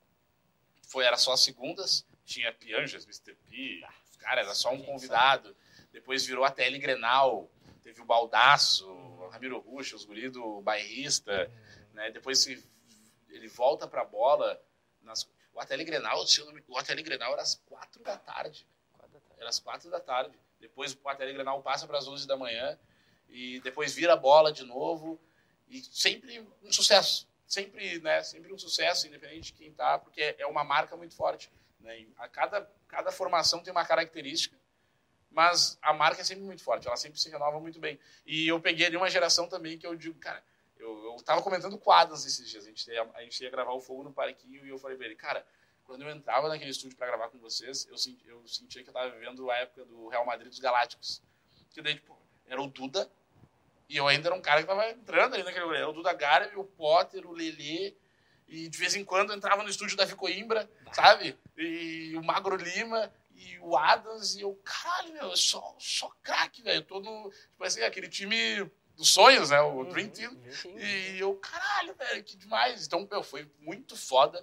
Era só as segundas. Tinha Pianjas, Mr. P. Cara, era só um convidado. Depois virou a TL Grenal. Teve o Baldaço, o Ramiro Ruxa, os guri do Bairrista. Né? Depois ele volta pra Bola. O ATL Grenal, o ATL Grenal era às 4 da tarde. Era às 4 da tarde. Depois o ATL Grenal passa para as 11 da manhã. E depois vira Bola de novo. E sempre um sucesso. Sempre, né? Sempre um sucesso, independente de quem tá, porque é uma marca muito forte. Né? Cada formação tem uma característica, mas a marca é sempre muito forte, ela sempre se renova muito bem. E eu peguei ali uma geração também que eu digo, cara, eu tava comentando com o Adams esses dias, a gente ia gravar o Fogo no Parquinho e eu falei pra ele, cara, quando eu entrava naquele estúdio para gravar com vocês, eu sentia que eu tava vivendo a época do Real Madrid dos Galácticos. Que daí, tipo, era o Duda, e eu ainda era um cara que tava entrando ali naquele lugar. Era o Duda Garbi, o Potter, o Lelê, e de vez em quando eu entrava no estúdio da Davi Coimbra, sabe? E o Magro Lima, e o Adams, e eu, caralho, meu, só craque, velho. Eu tô no, tipo assim, aquele time dos sonhos, né? O Dream Team. E eu, caralho, velho, que demais. Então, meu, foi muito foda.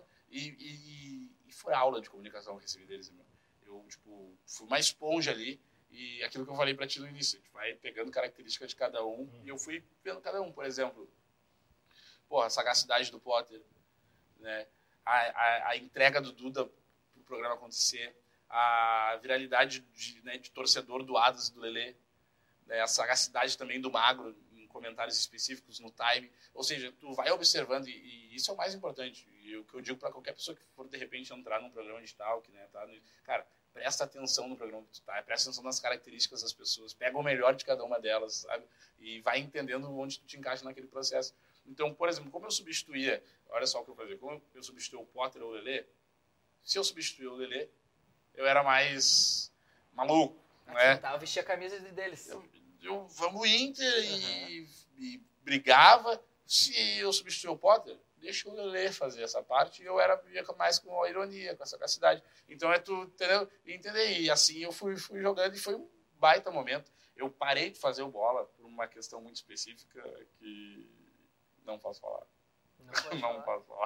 E foi a aula de comunicação que eu recebi deles, meu. Eu, tipo, fui uma esponja ali. E aquilo que eu falei pra ti no início, a gente vai pegando características de cada um. E eu fui vendo cada um, por exemplo. Porra, a sagacidade do Potter, né? A entrega do Duda pro programa acontecer, a viralidade de torcedor do Adams e do Lelê, né? A sagacidade também do Magro em comentários específicos no time, ou seja, tu vai observando e isso é o mais importante, e o que eu digo para qualquer pessoa que for de repente entrar num programa digital, que, né, tá no, cara, presta atenção no programa que tu tá, presta atenção nas características das pessoas, pega o melhor de cada uma delas, sabe, e vai entendendo onde tu te encaixa naquele processo. Então, por exemplo, como eu substituía, olha só o que eu fazia, como eu substituía o Potter ou o Lelê, se eu substituía o Lelê, eu era mais maluco, né? Eu vestia a camisa deles. Vamos Inter e brigava. Se eu substituía o Potter, deixa o Lelê fazer essa parte e eu ia mais com a ironia, com a sagacidade. Então é tu, entendeu? Entender. E assim eu fui jogando e foi um baita momento. Eu parei de fazer o Bola por uma questão muito específica que não posso falar. Não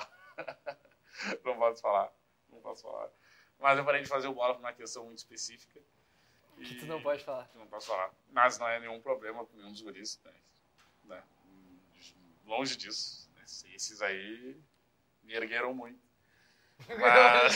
posso falar. Mas eu parei de fazer o Bola por uma questão muito específica. Que tu não pode falar. Não posso falar. Mas não é nenhum problema com nenhum dos guris. Né? Longe disso. Né? Esses aí me ergueram muito. Mas...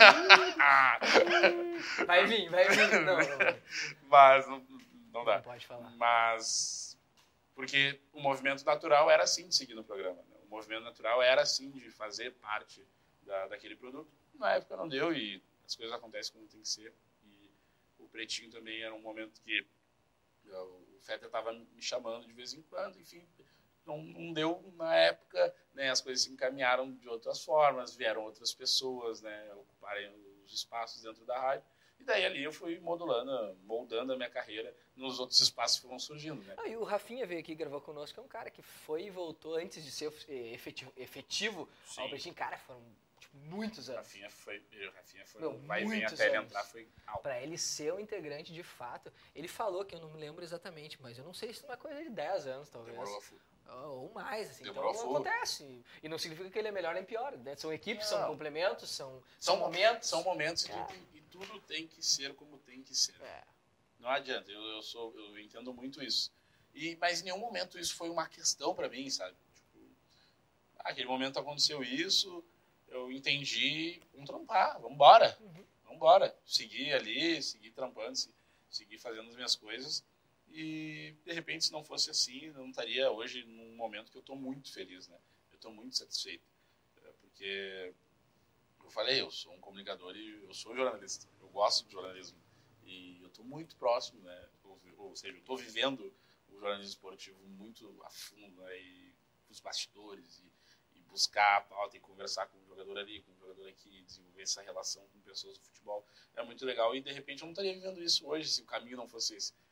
Vai vir. Não. Mas não dá. Não pode falar. Mas... Porque o movimento natural era assim de seguir no programa. Né? O movimento natural era assim de fazer parte daquele produto. Na época não deu e as coisas acontecem como tem que ser. E o Pretinho também era um momento que o Fetter estava me chamando de vez em quando, enfim, não deu na época, né? As coisas se encaminharam de outras formas, vieram outras pessoas, né? Ocuparem os espaços dentro da rádio. E daí ali eu fui moldando a minha carreira nos outros espaços que vão surgindo, né? E o Rafinha veio aqui gravar conosco, que é um cara que foi e voltou antes de ser efetivo ao Pretinho. Cara, foram muitos anos. Rafinha foi vai e vem até ele entrar, foi alto. Pra ele ser um integrante de fato, ele falou, que eu não me lembro exatamente, mas eu não sei se é uma coisa de 10 anos, talvez. Demorou a full. Ou mais, assim. Demorou então acontece. E não significa que ele é melhor nem pior, né? São equipes, são complementos, são momentos. São momentos e tudo tem que ser como tem que ser. Não adianta, eu entendo muito isso. Mas em nenhum momento isso foi uma questão pra mim, sabe? Tipo, aquele momento aconteceu isso, eu entendi, vamos trampar, vamos embora. Seguir ali, seguir trampando, seguir fazendo as minhas coisas. E, de repente, se não fosse assim, eu não estaria hoje num momento que eu estou muito feliz, né? Eu estou muito satisfeito. Porque, eu falei, eu sou um comunicador e eu sou jornalista. Eu gosto de jornalismo. E eu estou muito próximo, né? Ou seja, eu estou vivendo o jornalismo esportivo muito a fundo, né? E os bastidores, e buscar a pauta e conversar com um jogador ali, com um jogador aqui, desenvolver essa relação com pessoas do futebol. É muito legal. E, de repente, eu não estaria vivendo isso hoje se o caminho não fosse esse.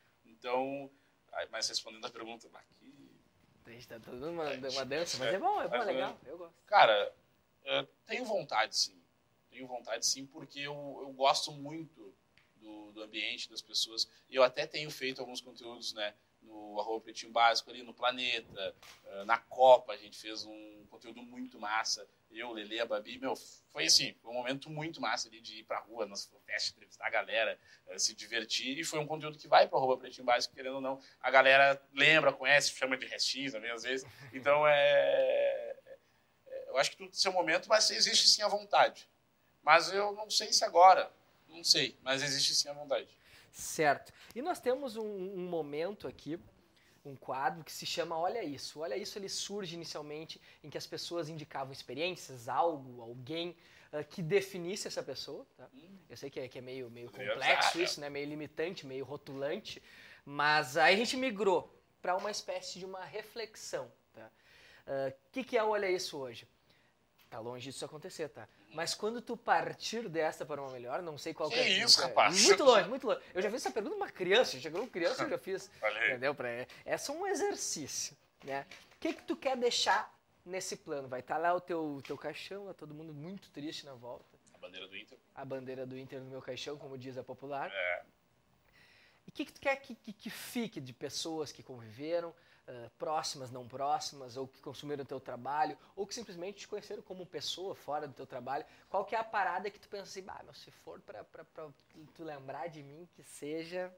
Então, mas respondendo a pergunta, aqui... A gente tá todo uma dança, mas é bom, legal, eu gosto. Cara, tenho vontade sim, porque eu gosto muito do ambiente, das pessoas, e eu até tenho feito alguns conteúdos, né, no @pretinho básico ali, no Planeta, na Copa a gente fez um conteúdo muito massa, eu, Lelê, a Babi, foi assim, foi um momento muito massa ali de ir pra rua, nas festas, entrevistar a galera, se divertir, e foi um conteúdo que vai pro @pretinho básico, querendo ou não, a galera lembra, conhece, chama de restinhos também às vezes, então eu acho que tudo tem seu momento, mas existe sim a vontade, mas eu não sei se agora, não sei, mas existe sim a vontade. Certo. E nós temos um momento aqui, um quadro que se chama Olha Isso. Olha Isso, ele surge inicialmente em que as pessoas indicavam experiências, algo, alguém que definisse essa pessoa. Tá? Eu sei que é meio complexo isso, né? Meio limitante, meio rotulante, mas aí a gente migrou para uma espécie de uma reflexão. Tá? Que é o Olha Isso hoje? Tá longe disso acontecer, tá? Mas quando tu partir dessa para uma melhor, não sei qual que é isso, rapaz? Muito longe, muito longe. Eu já fiz essa pergunta pra uma criança, chegou uma criança, eu já fiz. Valeu. Entendeu? É só um exercício, né? O que tu quer deixar nesse plano? Vai estar lá o teu caixão, lá todo mundo muito triste na volta. A bandeira do Inter. A bandeira do Inter no meu caixão, como diz a popular. É. E o que tu quer que fique de pessoas que conviveram, próximas, não próximas, ou que consumiram o teu trabalho, ou que simplesmente te conheceram como pessoa fora do teu trabalho? Qual que é a parada que tu pensa assim, se for pra tu lembrar de mim, que seja...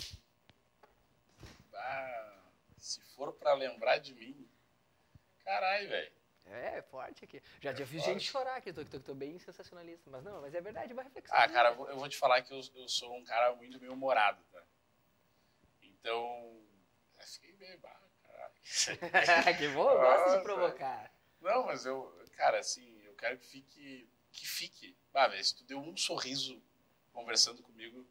Se for pra lembrar de mim... Caralho, velho. É forte aqui. Já fiz gente chorar aqui, tô bem sensacionalista, mas é verdade, vai reflexão. Cara, eu vou te falar que eu sou um cara muito bem humorado, tá? Então, fiquei bem caralho. Que bom, eu gosto de provocar. Não, mas cara, assim, eu quero que fique. Velho, se tu deu um sorriso conversando comigo,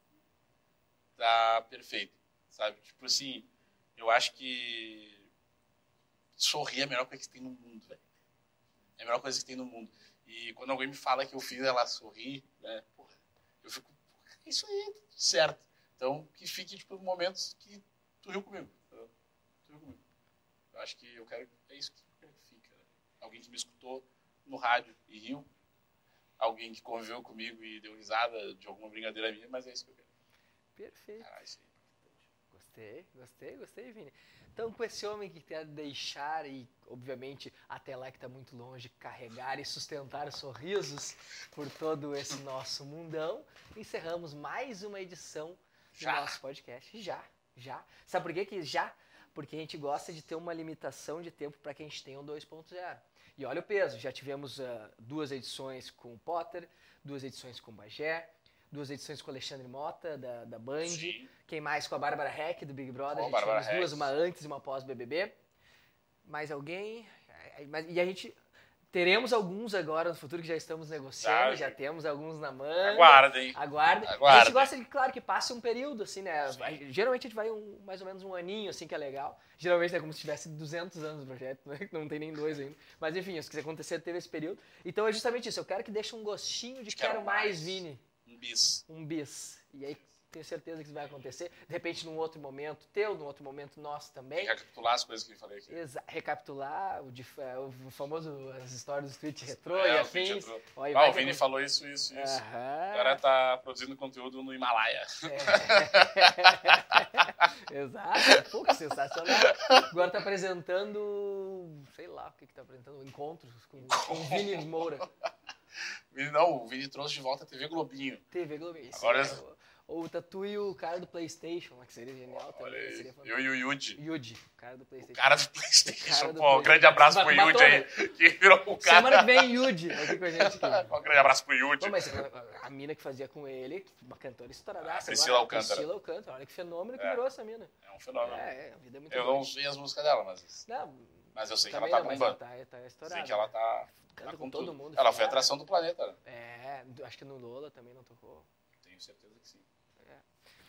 tá perfeito, sabe? Tipo assim, eu acho que sorrir é a melhor coisa que tem no mundo, velho. É a melhor coisa que tem no mundo. E quando alguém me fala que eu fiz ela sorrir, né, porra, eu fico, é isso aí, certo. Então, que fique, tipo, momentos que tu riu comigo. Eu acho que é isso que eu quero que fique. Né? Alguém que me escutou no rádio e riu. Alguém que conviveu comigo e deu risada de alguma brincadeira minha, mas é isso que eu quero. Perfeito. Caralho, isso aí. Gostei, Vini. Então, com esse homem que quer deixar e, obviamente, até lá que está muito longe, carregar e sustentar sorrisos por todo esse nosso mundão, encerramos mais uma edição do nosso podcast. Já. Sabe por que já? Porque a gente gosta de ter uma limitação de tempo para que a gente tenha um 2.0. E olha o peso, já tivemos 2 edições com o Potter, 2 edições com o Bagé, 2 edições com o Alexandre Mota, da Band. Sim. Quem mais? Com a Bárbara Heck, do Big Brother. Com a gente Bárbara fez 2, Heck. uma antes e uma pós-BBB. Mais alguém? E a gente... Teremos alguns agora no futuro que já estamos negociando, já temos alguns na manga. Aguardem. A gente gosta de, claro, que passe um período, assim, né? Geralmente a gente vai mais ou menos um aninho, assim, que é legal. Geralmente é como se tivesse 200 anos o projeto, né? Não tem nem 2 ainda. Mas enfim, se quiser acontecer, teve esse período. Então é justamente isso, eu quero que deixe um gostinho de quero mais, Vini. Um bis. E aí tenho certeza que isso vai acontecer. De repente, num outro momento teu, num outro momento nosso também. Recapitular as coisas que eu falei aqui. Recapitular o famoso, as histórias do Street Retrô e afins. O Vini falou isso. O cara tá produzindo conteúdo no Himalaia. Exato. Pô, que sensacional. Agora tá apresentando, sei lá, o que tá apresentando? Encontros com o Vini Moura. Não, o Vini trouxe de volta a TV Globinho. TV Globinho. Agora... Ou o Tatu e o cara do PlayStation, que seria genial também. Olha aí. Seria eu e o Yudi. Yudi, o cara do PlayStation. O cara do PlayStation. Pô, um grande abraço pro Yudi aí. Que virou o cara. Semana que vem, Yudi, aqui com a gente. Um grande abraço pro Yudi. Pô, mas a mina que fazia com ele, uma cantora estouradaça. Priscila Alcântara. Priscila Alcântara. Olha que fenômeno que virou essa mina. É um fenômeno. A vida é muito eu não sei as músicas dela, mas eu sei que ela tá bombando. Tá estourada. Sei que ela tá... Canta com todo mundo. Ela foi a atração do planeta. Acho que no Lola também não tocou. Tenho certeza que sim.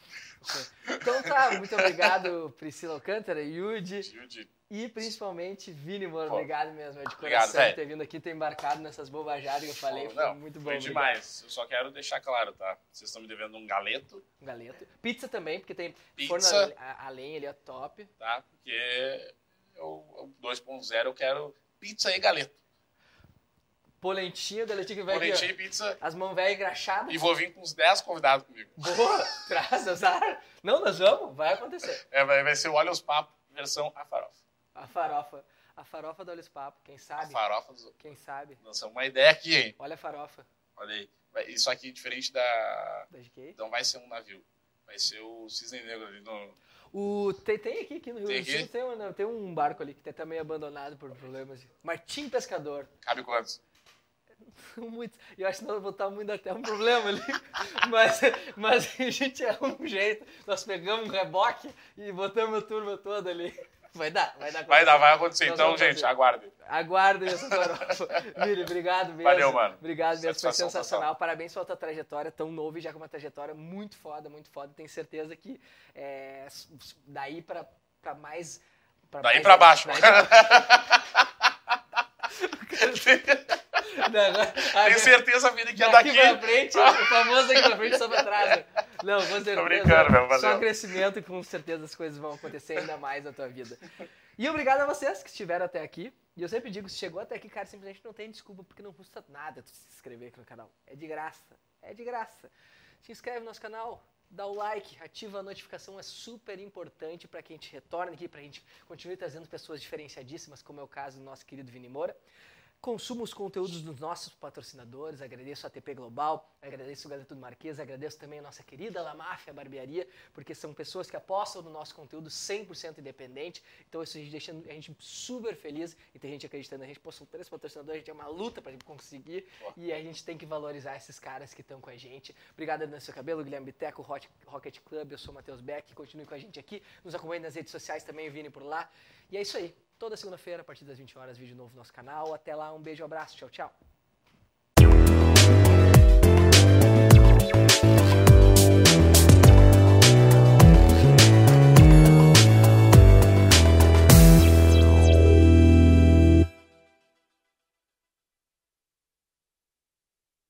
Então tá, muito obrigado, Priscila Alcântara, Yudi. Yudi. E principalmente Vini Moura, Pô, obrigado mesmo, de obrigado, coração, velho. ter vindo aqui, ter embarcado nessas bobajadas que eu falei, Pô, foi não, muito bom. Foi obrigado. demais. Eu só quero deixar claro, tá? Vocês estão me devendo um galeto, Um galeto. Pizza também, porque tem Pizza. forno a lenha, ele é top. tá? Porque o 2.0 eu quero pizza e galeto. Polentinha, galetinha que vai Polentinha aqui, e pizza. ó. As mãos velhas engraxadas. E vou vir com uns 10 convidados comigo. Boa, traz, azar. Não, nós vamos, vai acontecer. Vai ser o Olha os Papos, versão a farofa. A farofa do Olhos Papo, quem A sabe? farofa. Quem sabe? Lançamos uma ideia aqui, hein? Olha a farofa. Olha aí. Isso aqui, diferente da... Da GK. Não vai ser um navio. Vai ser o Cisne Negro ali no... Tem aqui no Rio Tem Grande do Sul, tem um barco ali que tá meio abandonado por problemas. Martim Pescador. Cabe quantos? Muitos. E eu acho que nós vamos botar muito até um problema ali. Mas a gente é um jeito. Nós pegamos um reboque e botamos a turma toda ali. Vai dar. Vai acontecer. Nós Então, vamos gente, fazer. aguardem. Aguardem essa farofa. Vini, obrigado mesmo. Valeu, mano. Obrigado mesmo, foi Satisfação sensacional. total. Parabéns pela tua trajetória, tão novo e já com uma trajetória muito foda. Tenho certeza que daí pra mais... Daí pra baixo. Tenho certeza, Vini, que é daqui. Pra frente, o famoso daqui pra frente só pra trás. Né? Não, com certeza. Tô brincando, meu, valeu. Só crescimento e com certeza as coisas vão acontecer ainda mais na tua vida. E obrigado a vocês que estiveram até aqui. E eu sempre digo, se chegou até aqui, cara, simplesmente não tem desculpa, porque não custa nada tu se inscrever aqui no canal. É de graça. É de graça. Se inscreve no nosso canal, dá o like, ativa a notificação, é super importante para que a gente retorne aqui, para a gente continue trazendo pessoas diferenciadíssimas, como é o caso do nosso querido Vini Moura. Consuma os conteúdos dos nossos patrocinadores, agradeço a ATP Global, agradeço o Galeto do Marquês, agradeço também a nossa querida La Máfia Barbearia, porque são pessoas que apostam no nosso conteúdo 100% independente, então isso deixa a gente super feliz e tem gente acreditando na gente. Pô, são 3 patrocinadores, a gente é uma luta pra gente conseguir e a gente tem que valorizar esses caras que estão com a gente. Obrigado, Adriano Seu Cabelo, Guilherme Biteco, Rocket Club, eu sou o Matheus Beck, continue com a gente aqui, nos acompanhe nas redes sociais também, o Vini por lá, e é isso aí. Toda segunda-feira, a partir das 20 horas, vídeo novo no nosso canal. Até lá, um beijo, um abraço, tchau, tchau.